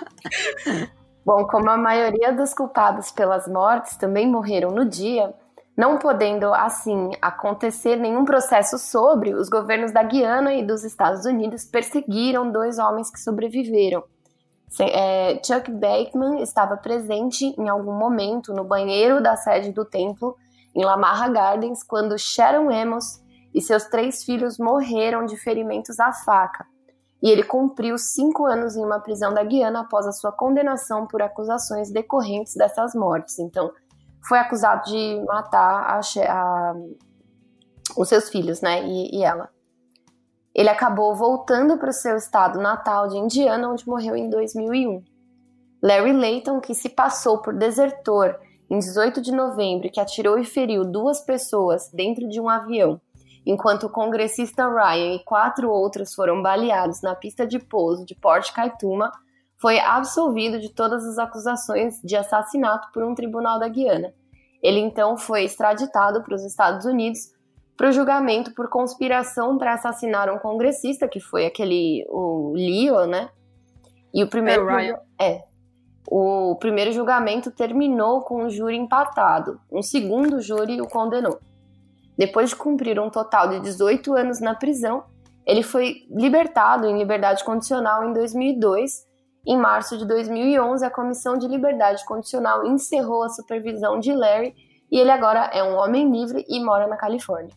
Bom, como a maioria dos culpados pelas mortes também morreram no dia, Não podendo, assim, acontecer nenhum processo sobre, os governos da Guiana e dos Estados Unidos perseguiram dois homens que sobreviveram. É, Chuck Bateman estava presente em algum momento no banheiro da sede do templo, em Lamar Gardens, quando Sharon Amos e seus três filhos morreram de ferimentos à faca. E ele cumpriu cinco anos em uma prisão da Guiana após a sua condenação por acusações decorrentes dessas mortes. Então, foi acusado de matar a, a, os seus filhos, né, e, e ela. Ele acabou voltando para o seu estado natal de Indiana, onde morreu em dois mil e um. Larry Layton, que se passou por desertor em dezoito de novembro, que atirou e feriu duas pessoas dentro de um avião, enquanto o congressista Ryan e quatro outros foram baleados na pista de pouso de Port Kaituma, foi absolvido de todas as acusações de assassinato por um tribunal da Guiana. Ele então foi extraditado para os Estados Unidos para o julgamento por conspiração para assassinar um congressista, que foi aquele, o Leo, né? E o primeiro, é, Ryan. É, o primeiro julgamento terminou com um júri empatado. Um segundo júri o condenou. Depois de cumprir um total de dezoito anos na prisão, ele foi libertado em liberdade condicional em dois mil e dois. Em março de dois mil e onze, a Comissão de Liberdade Condicional encerrou a supervisão de Larry e ele agora é um homem livre e mora na Califórnia.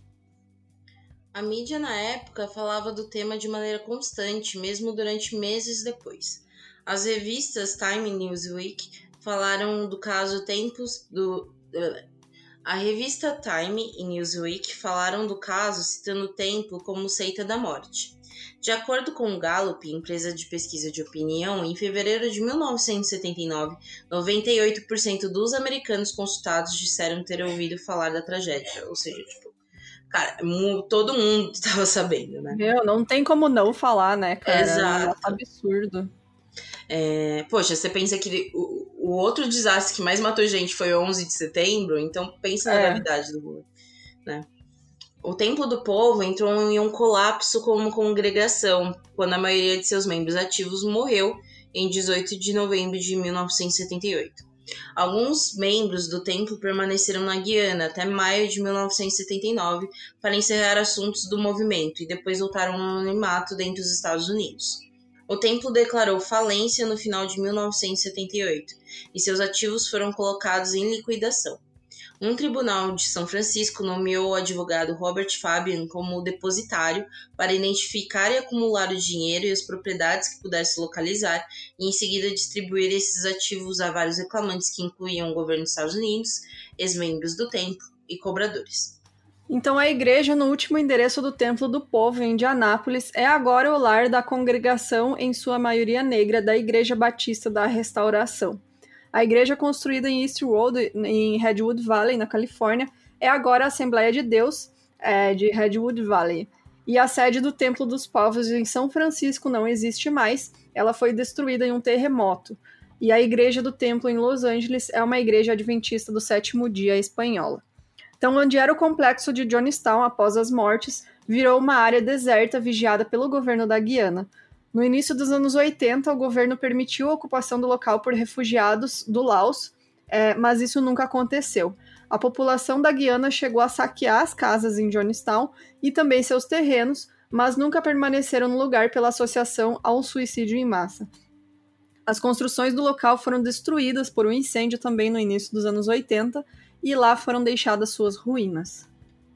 A mídia na época falava do tema de maneira constante, mesmo durante meses depois. As revistas Time e Newsweek falaram do caso tempos do... A revista Time e Newsweek falaram do caso citando o templo como seita da morte. De acordo com o Gallup, empresa de pesquisa de opinião, em fevereiro de mil novecentos e setenta e nove, noventa e oito por cento dos americanos consultados disseram ter ouvido falar da tragédia. Ou seja, tipo, cara, todo mundo estava sabendo, né? Meu, não tem como não falar, né, cara? Exato. É um absurdo. É, poxa, você pensa que o, o outro desastre que mais matou gente foi onze de setembro, então pensa na É. gravidade do rolê, né? O Templo do Povo entrou em um colapso como congregação, quando a maioria de seus membros ativos morreu em dezoito de novembro de mil novecentos e setenta e oito. Alguns membros do templo permaneceram na Guiana até maio de mil novecentos e setenta e nove para encerrar assuntos do movimento e depois voltaram ao anonimato dentro dos Estados Unidos. O templo declarou falência no final de mil novecentos e setenta e oito e seus ativos foram colocados em liquidação. Um tribunal de São Francisco nomeou o advogado Robert Fabian como depositário para identificar e acumular o dinheiro e as propriedades que pudesse localizar e em seguida distribuir esses ativos a vários reclamantes que incluíam o governo dos Estados Unidos, ex-membros do templo e cobradores. Então a igreja no último endereço do Templo do Povo, em Indianápolis, é agora o lar da congregação, em sua maioria negra, da Igreja Batista da Restauração. A igreja construída em Eastwood, em Redwood Valley, na Califórnia, é agora a Assembleia de Deus é, de Redwood Valley. E a sede do Templo dos Povos em São Francisco não existe mais, ela foi destruída em um terremoto. E a igreja do Templo em Los Angeles é uma igreja adventista do sétimo dia espanhola. Então, onde era o complexo de Johnstown após as mortes, virou uma área deserta vigiada pelo governo da Guiana. No início dos anos oitenta, o governo permitiu a ocupação do local por refugiados do Laos, é, mas isso nunca aconteceu. A população da Guiana chegou a saquear as casas em Johnstown e também seus terrenos, mas nunca permaneceram no lugar pela associação ao suicídio em massa. As construções do local foram destruídas por um incêndio também no início dos anos oitenta, e lá foram deixadas suas ruínas.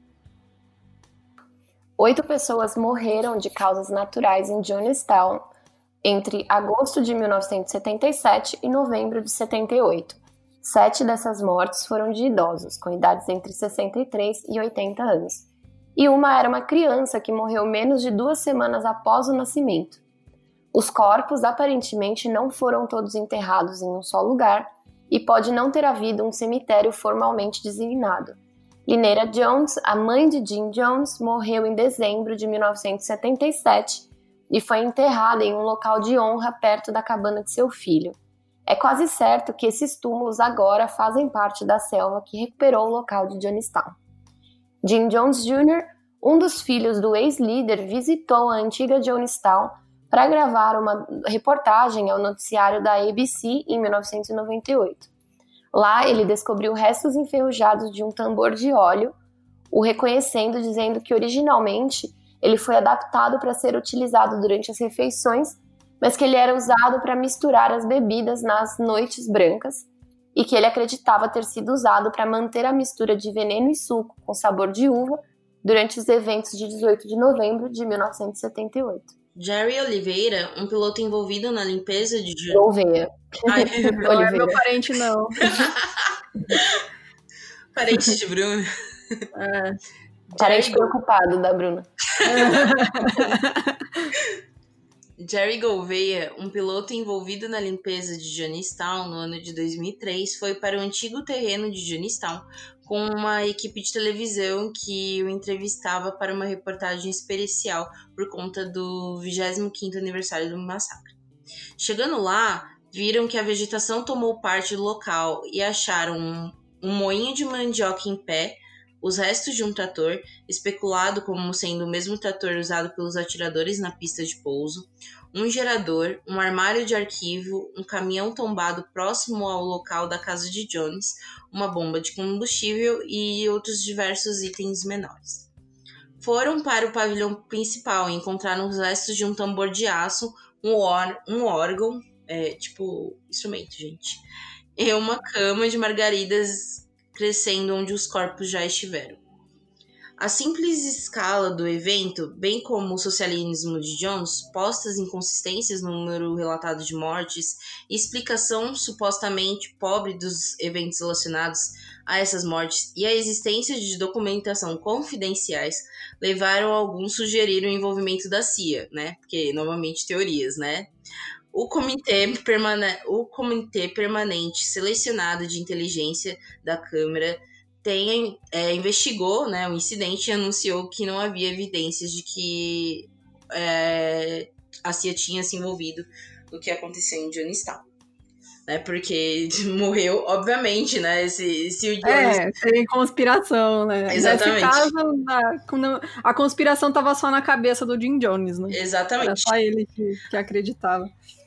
Oito pessoas morreram de causas naturais em Johnstown entre agosto de mil novecentos e setenta e sete e novembro de setenta e oito. Sete dessas mortes foram de idosos, com idades entre sessenta e três e oitenta anos. E uma era uma criança que morreu menos de duas semanas após o nascimento. Os corpos aparentemente não foram todos enterrados em um só lugar e pode não ter havido um cemitério formalmente designado. Lynetta Jones, a mãe de Jim Jones, morreu em dezembro de mil novecentos e setenta e sete e foi enterrada em um local de honra perto da cabana de seu filho. É quase certo que esses túmulos agora fazem parte da selva que recuperou o local de Johnstown. Jim Jones Júnior, um dos filhos do ex-líder, visitou a antiga Johnstown para gravar uma reportagem ao noticiário da A B C em mil novecentos e noventa e oito. Lá ele descobriu restos enferrujados de um tambor de óleo, o reconhecendo, dizendo que originalmente ele foi adaptado para ser utilizado durante as refeições, mas que ele era usado para misturar as bebidas nas noites brancas e que ele acreditava ter sido usado para manter a mistura de veneno e suco com sabor de uva durante os eventos de dezoito de novembro de mil novecentos e setenta e oito. Jerry Oliveira, um piloto envolvido na limpeza de... Gouveia. Ai, não é meu parente, não. Parente de Bruno. É. Parente Jerry... preocupado da Bruna. Jerry Gouveia, um piloto envolvido na limpeza de Johnstown no ano de dois mil e três, foi para o antigo terreno de Johnstown com uma equipe de televisão que o entrevistava para uma reportagem especial por conta do vigésimo quinto aniversário do massacre. Chegando lá, viram que a vegetação tomou parte do local e acharam um, um moinho de mandioca em pé, os restos de um trator, especulado como sendo o mesmo trator usado pelos atiradores na pista de pouso, um gerador, um armário de arquivo, um caminhão tombado próximo ao local da casa de Jones, uma bomba de combustível e outros diversos itens menores. Foram para o pavilhão principal e encontraram os restos de um tambor de aço, um, or- um órgão, é, tipo instrumento, gente, e uma cama de margaridas crescendo onde os corpos já estiveram. A simples escala do evento, bem como o socialismo de Jones, postas inconsistências no número relatado de mortes e explicação supostamente pobre dos eventos relacionados a essas mortes e a existência de documentação confidenciais levaram alguns a sugerir o envolvimento da C I A, né? Porque, novamente, teorias, né? O comitê, permane- o comitê permanente selecionado de inteligência da Câmara tem, é, investigou, né, o incidente e anunciou que não havia evidências de que é, a C I A tinha se envolvido no que aconteceu em Johnstown. Né, porque morreu, obviamente, né? Se, se o Jones... É, tem conspiração, né? Exatamente. Nesse caso, a, a conspiração tava só na cabeça do Jim Jones, né? Exatamente. Era só ele que, que acreditava.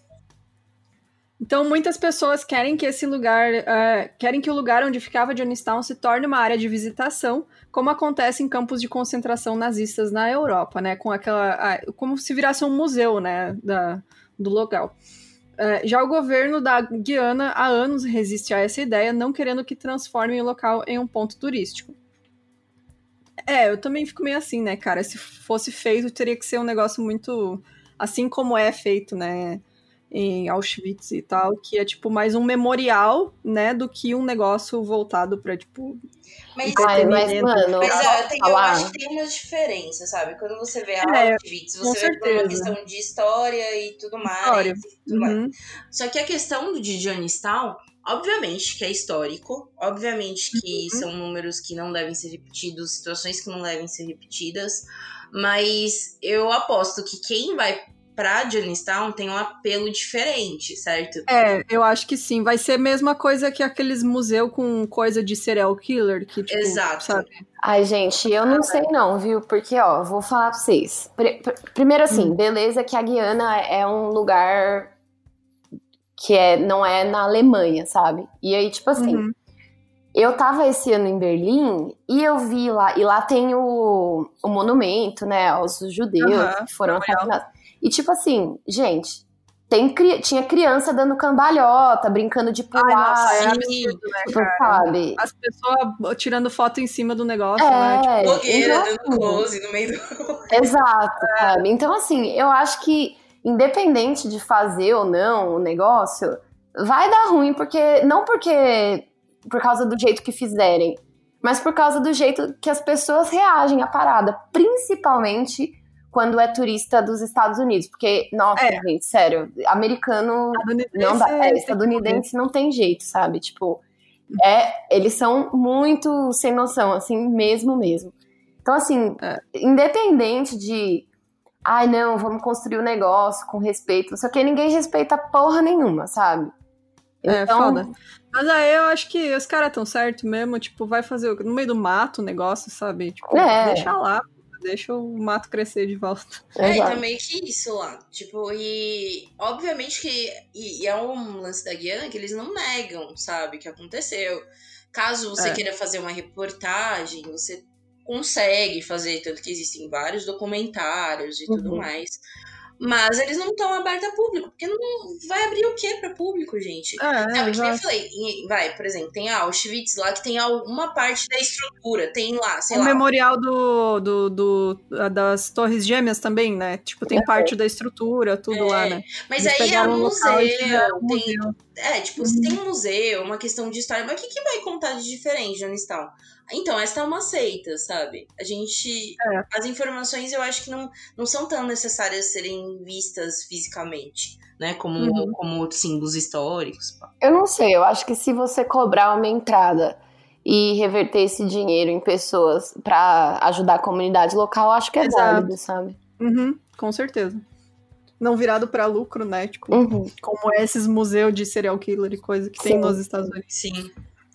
Então, muitas pessoas querem que esse lugar, uh, querem que o lugar onde ficava Johnstown se torne uma área de visitação, como acontece em campos de concentração nazistas na Europa, né? Com aquela, uh, como se virasse um museu, né? Da, do local. Uh, já o governo da Guiana há anos resiste a essa ideia, não querendo que transforme o local em um ponto turístico. É, eu também fico meio assim, né, cara? Se fosse feito, teria que ser um negócio muito... Assim como é feito, né? Em Auschwitz e tal, que é, tipo, mais um memorial, né, do que um negócio voltado pra, tipo... Mas, Ai, mas mano... Mas é, tem, eu acho que tem umas diferenças, sabe? Quando você vê é, Auschwitz, você vê por uma questão de história e tudo mais. História. E tudo uhum. mais. Só que a questão de Johnstown, obviamente que é histórico, obviamente que uhum. são números que não devem ser repetidos, situações que não devem ser repetidas, mas eu aposto que quem vai pra Johnstown tem um apelo diferente, certo? É, eu acho que sim. Vai ser a mesma coisa que aqueles museus com coisa de serial killer, que, tipo, exato. Sabe? Ai, gente, eu não sei não, viu? Porque, ó, vou falar pra vocês. Pr- pr- primeiro assim, hum. beleza que a Guiana é um lugar que é, não é na Alemanha, sabe? E aí, tipo assim, uhum. eu tava esse ano em Berlim e eu vi lá, e lá tem o, o monumento, né, aos judeus uhum. que foram assassinados. E tipo assim, gente, tem, tinha criança dando cambalhota, brincando de pular. Ai, nossa, é absurdo, né, tipo, cara? Sabe? As pessoas tirando foto em cima do negócio, é, né? Tipo, blogueira então, dando close no meio do... Exato, é. sabe? Então assim, eu acho que independente de fazer ou não o negócio, vai dar ruim, porque não porque por causa do jeito que fizerem, mas por causa do jeito que as pessoas reagem à parada, principalmente quando é turista dos Estados Unidos, porque, nossa, é. gente, sério, americano não dá, é, estadunidense não tem jeito, sabe? Tipo, é, eles são muito sem noção, assim, mesmo, mesmo. Então, assim, é. independente de, ai, não, vamos construir um negócio com respeito, não sei o que, ninguém respeita porra nenhuma, sabe? Então, é, foda. Mas aí eu acho que os caras estão certos mesmo, tipo, vai fazer no meio do mato o negócio, sabe? Tipo, é. deixa lá. deixa o mato crescer de volta. É, e tá meio que isso lá. Tipo, e obviamente que e, e é um lance da Guiana que eles não negam, sabe, que aconteceu. Caso você é. queira fazer uma reportagem, você consegue fazer, tanto que existem vários documentários e uhum. tudo mais. Mas eles não estão abertos a público, porque não vai abrir o quê para público, gente? É, Sabe, que nem eu falei, vai, por exemplo, tem a Auschwitz lá, que tem alguma parte da estrutura, tem lá, sei o lá. O memorial do, do, do, das Torres Gêmeas também, né? Tipo, tem é. parte da estrutura, tudo é. lá, né? Mas eles aí é um museu, um tem... Museu. É, tipo, uhum. se tem um museu, uma questão de história, mas o que, que vai contar de diferente, Johnstown? Então, essa é uma seita, sabe? A gente... É. As informações, eu acho que não, não são tão necessárias serem vistas fisicamente, né? Como, uhum. como símbolos históricos. Eu não sei, eu acho que se você cobrar uma entrada e reverter esse dinheiro em pessoas pra ajudar a comunidade local, eu acho que é Exato. válido, sabe? Uhum, com certeza. Não virado pra lucro, né? Tipo, uhum. como é esses museus de serial killer e coisa que Sim. tem nos Estados Unidos. Sim.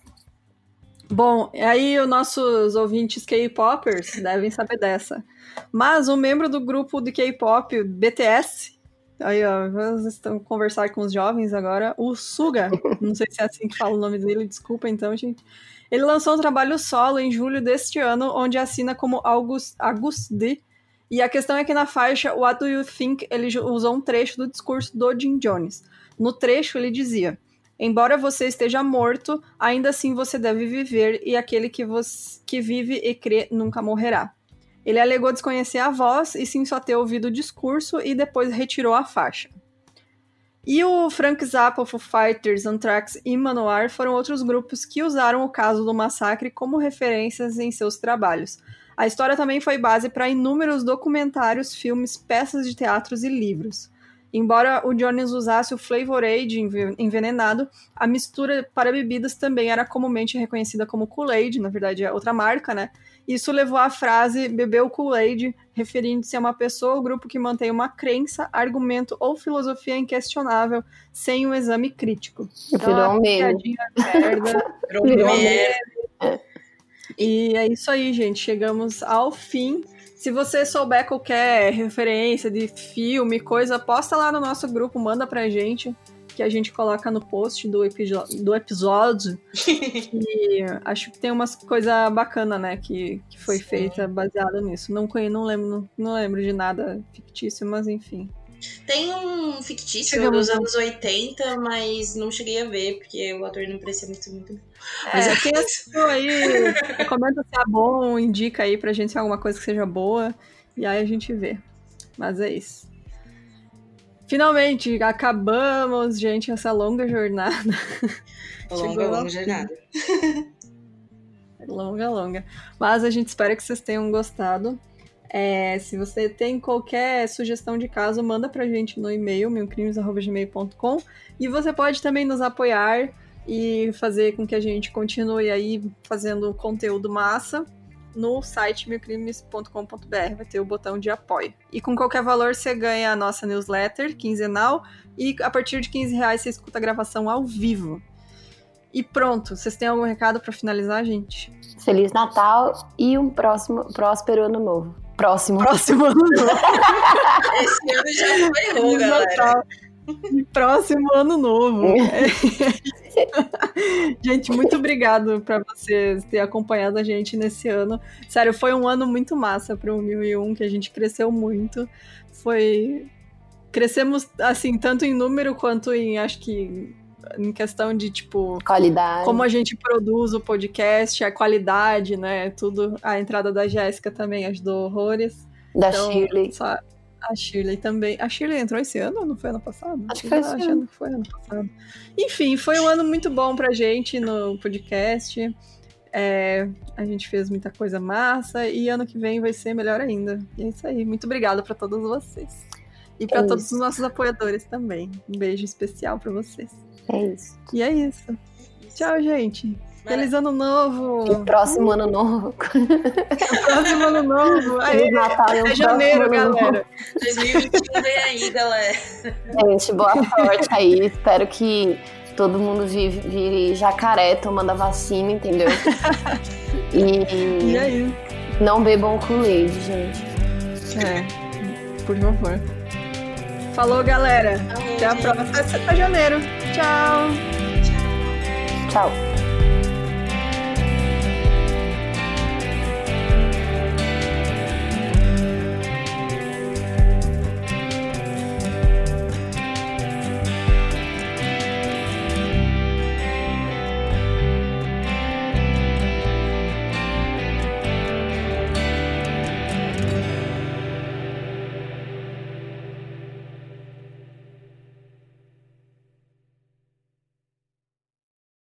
Bom, aí os nossos ouvintes K-popers devem saber dessa. Mas um membro do grupo de K-pop, B T S, aí ó, vamos estamos conversar com os jovens agora, o Suga, não sei se é assim que fala o nome dele, desculpa então, gente. Ele lançou um trabalho solo em julho deste ano, onde assina como August, August D. E a questão é que na faixa What Do You Think, ele usou um trecho do discurso do Jim Jones. No trecho ele dizia: embora você esteja morto, ainda assim você deve viver, e aquele que, você, que vive e crê nunca morrerá. Ele alegou desconhecer a voz e sim só ter ouvido o discurso e depois retirou a faixa. E o Frank Zappa, Foo Fighters, Anthrax e Manowar foram outros grupos que usaram o caso do massacre como referências em seus trabalhos. A história também foi base para inúmeros documentários, filmes, peças de teatros e livros. Embora o Jones usasse o Flavorade envenenado, a mistura para bebidas também era comumente reconhecida como Kool-Aid, na verdade é outra marca, né? Isso levou à frase bebeu Kool-Aid, referindo-se a uma pessoa ou grupo que mantém uma crença, argumento ou filosofia inquestionável sem um exame crítico. Então, virou um meme. Merda. Virou um meme. E é isso aí, gente. Chegamos ao fim. Se você souber qualquer referência de filme, coisa, posta lá no nosso grupo, manda pra gente, que a gente coloca no post do, episo- do episódio. E acho que tem umas coisas bacanas, né, que, que foi Sim. feita baseada nisso. Não, não, lembro, não, não lembro de nada fictício, mas enfim. Tem um fictício Chegamos dos anos oitenta, mas não cheguei a ver, porque o ator não parecia muito, muito bom. Mas é, quem assistiu aí, comenta se é bom, indica aí pra gente se é alguma coisa que seja boa, e aí a gente vê. Mas é isso. Finalmente, acabamos, gente, essa longa jornada. Longa, longa jornada. Longa, longa. Mas a gente espera que vocês tenham gostado. É, se você tem qualquer sugestão de caso, manda pra gente no e-mail, milcrimes arroba gmail ponto com, e você pode também nos apoiar e fazer com que a gente continue aí fazendo conteúdo massa no site milcrimes ponto com ponto b r, vai ter o botão de apoio. E com qualquer valor você ganha a nossa newsletter quinzenal, e a partir de quinze reais você escuta a gravação ao vivo. E pronto, vocês têm algum recado pra finalizar, gente? Feliz Natal e um próximo, próspero ano novo. Próximo. Próximo ano novo. Esse ano já foi ruim, galera. E próximo ano novo. É. Gente, muito obrigado pra vocês terem acompanhado a gente nesse ano. Sério, foi um ano muito massa pro mil e um, que a gente cresceu muito. Foi... Crescemos, assim, tanto em número quanto em, acho que... em questão de, tipo... qualidade. Como a gente produz o podcast, a qualidade, né? Tudo. A entrada da Jéssica também ajudou horrores. Da então, Shirley. Só a Shirley também. A Shirley entrou esse ano ou não foi ano passado? Acho que foi esse achando ano. que foi ano passado. Enfim, foi um ano muito bom pra gente no podcast. É, a gente fez muita coisa massa e ano que vem vai ser melhor ainda. E é isso aí. Muito obrigada pra todos vocês. E pra é todos isso. Os nossos apoiadores também. Um beijo especial pra vocês. É isso. E é isso. Tchau, gente. Feliz ano novo. E próximo ano novo. O próximo ano novo. Feliz Natal e um é janeiro, galera. Novo. dois mil e vinte e um vem aí, galera. Gente, boa sorte aí. Espero que todo mundo vire, vire jacaré tomando a vacina, entendeu? E, e é isso. Não bebam Kool-Aid, gente. É, por favor. Falou, galera. Falou, Até a gente. próxima. Até janeiro. Tchau. Tchau.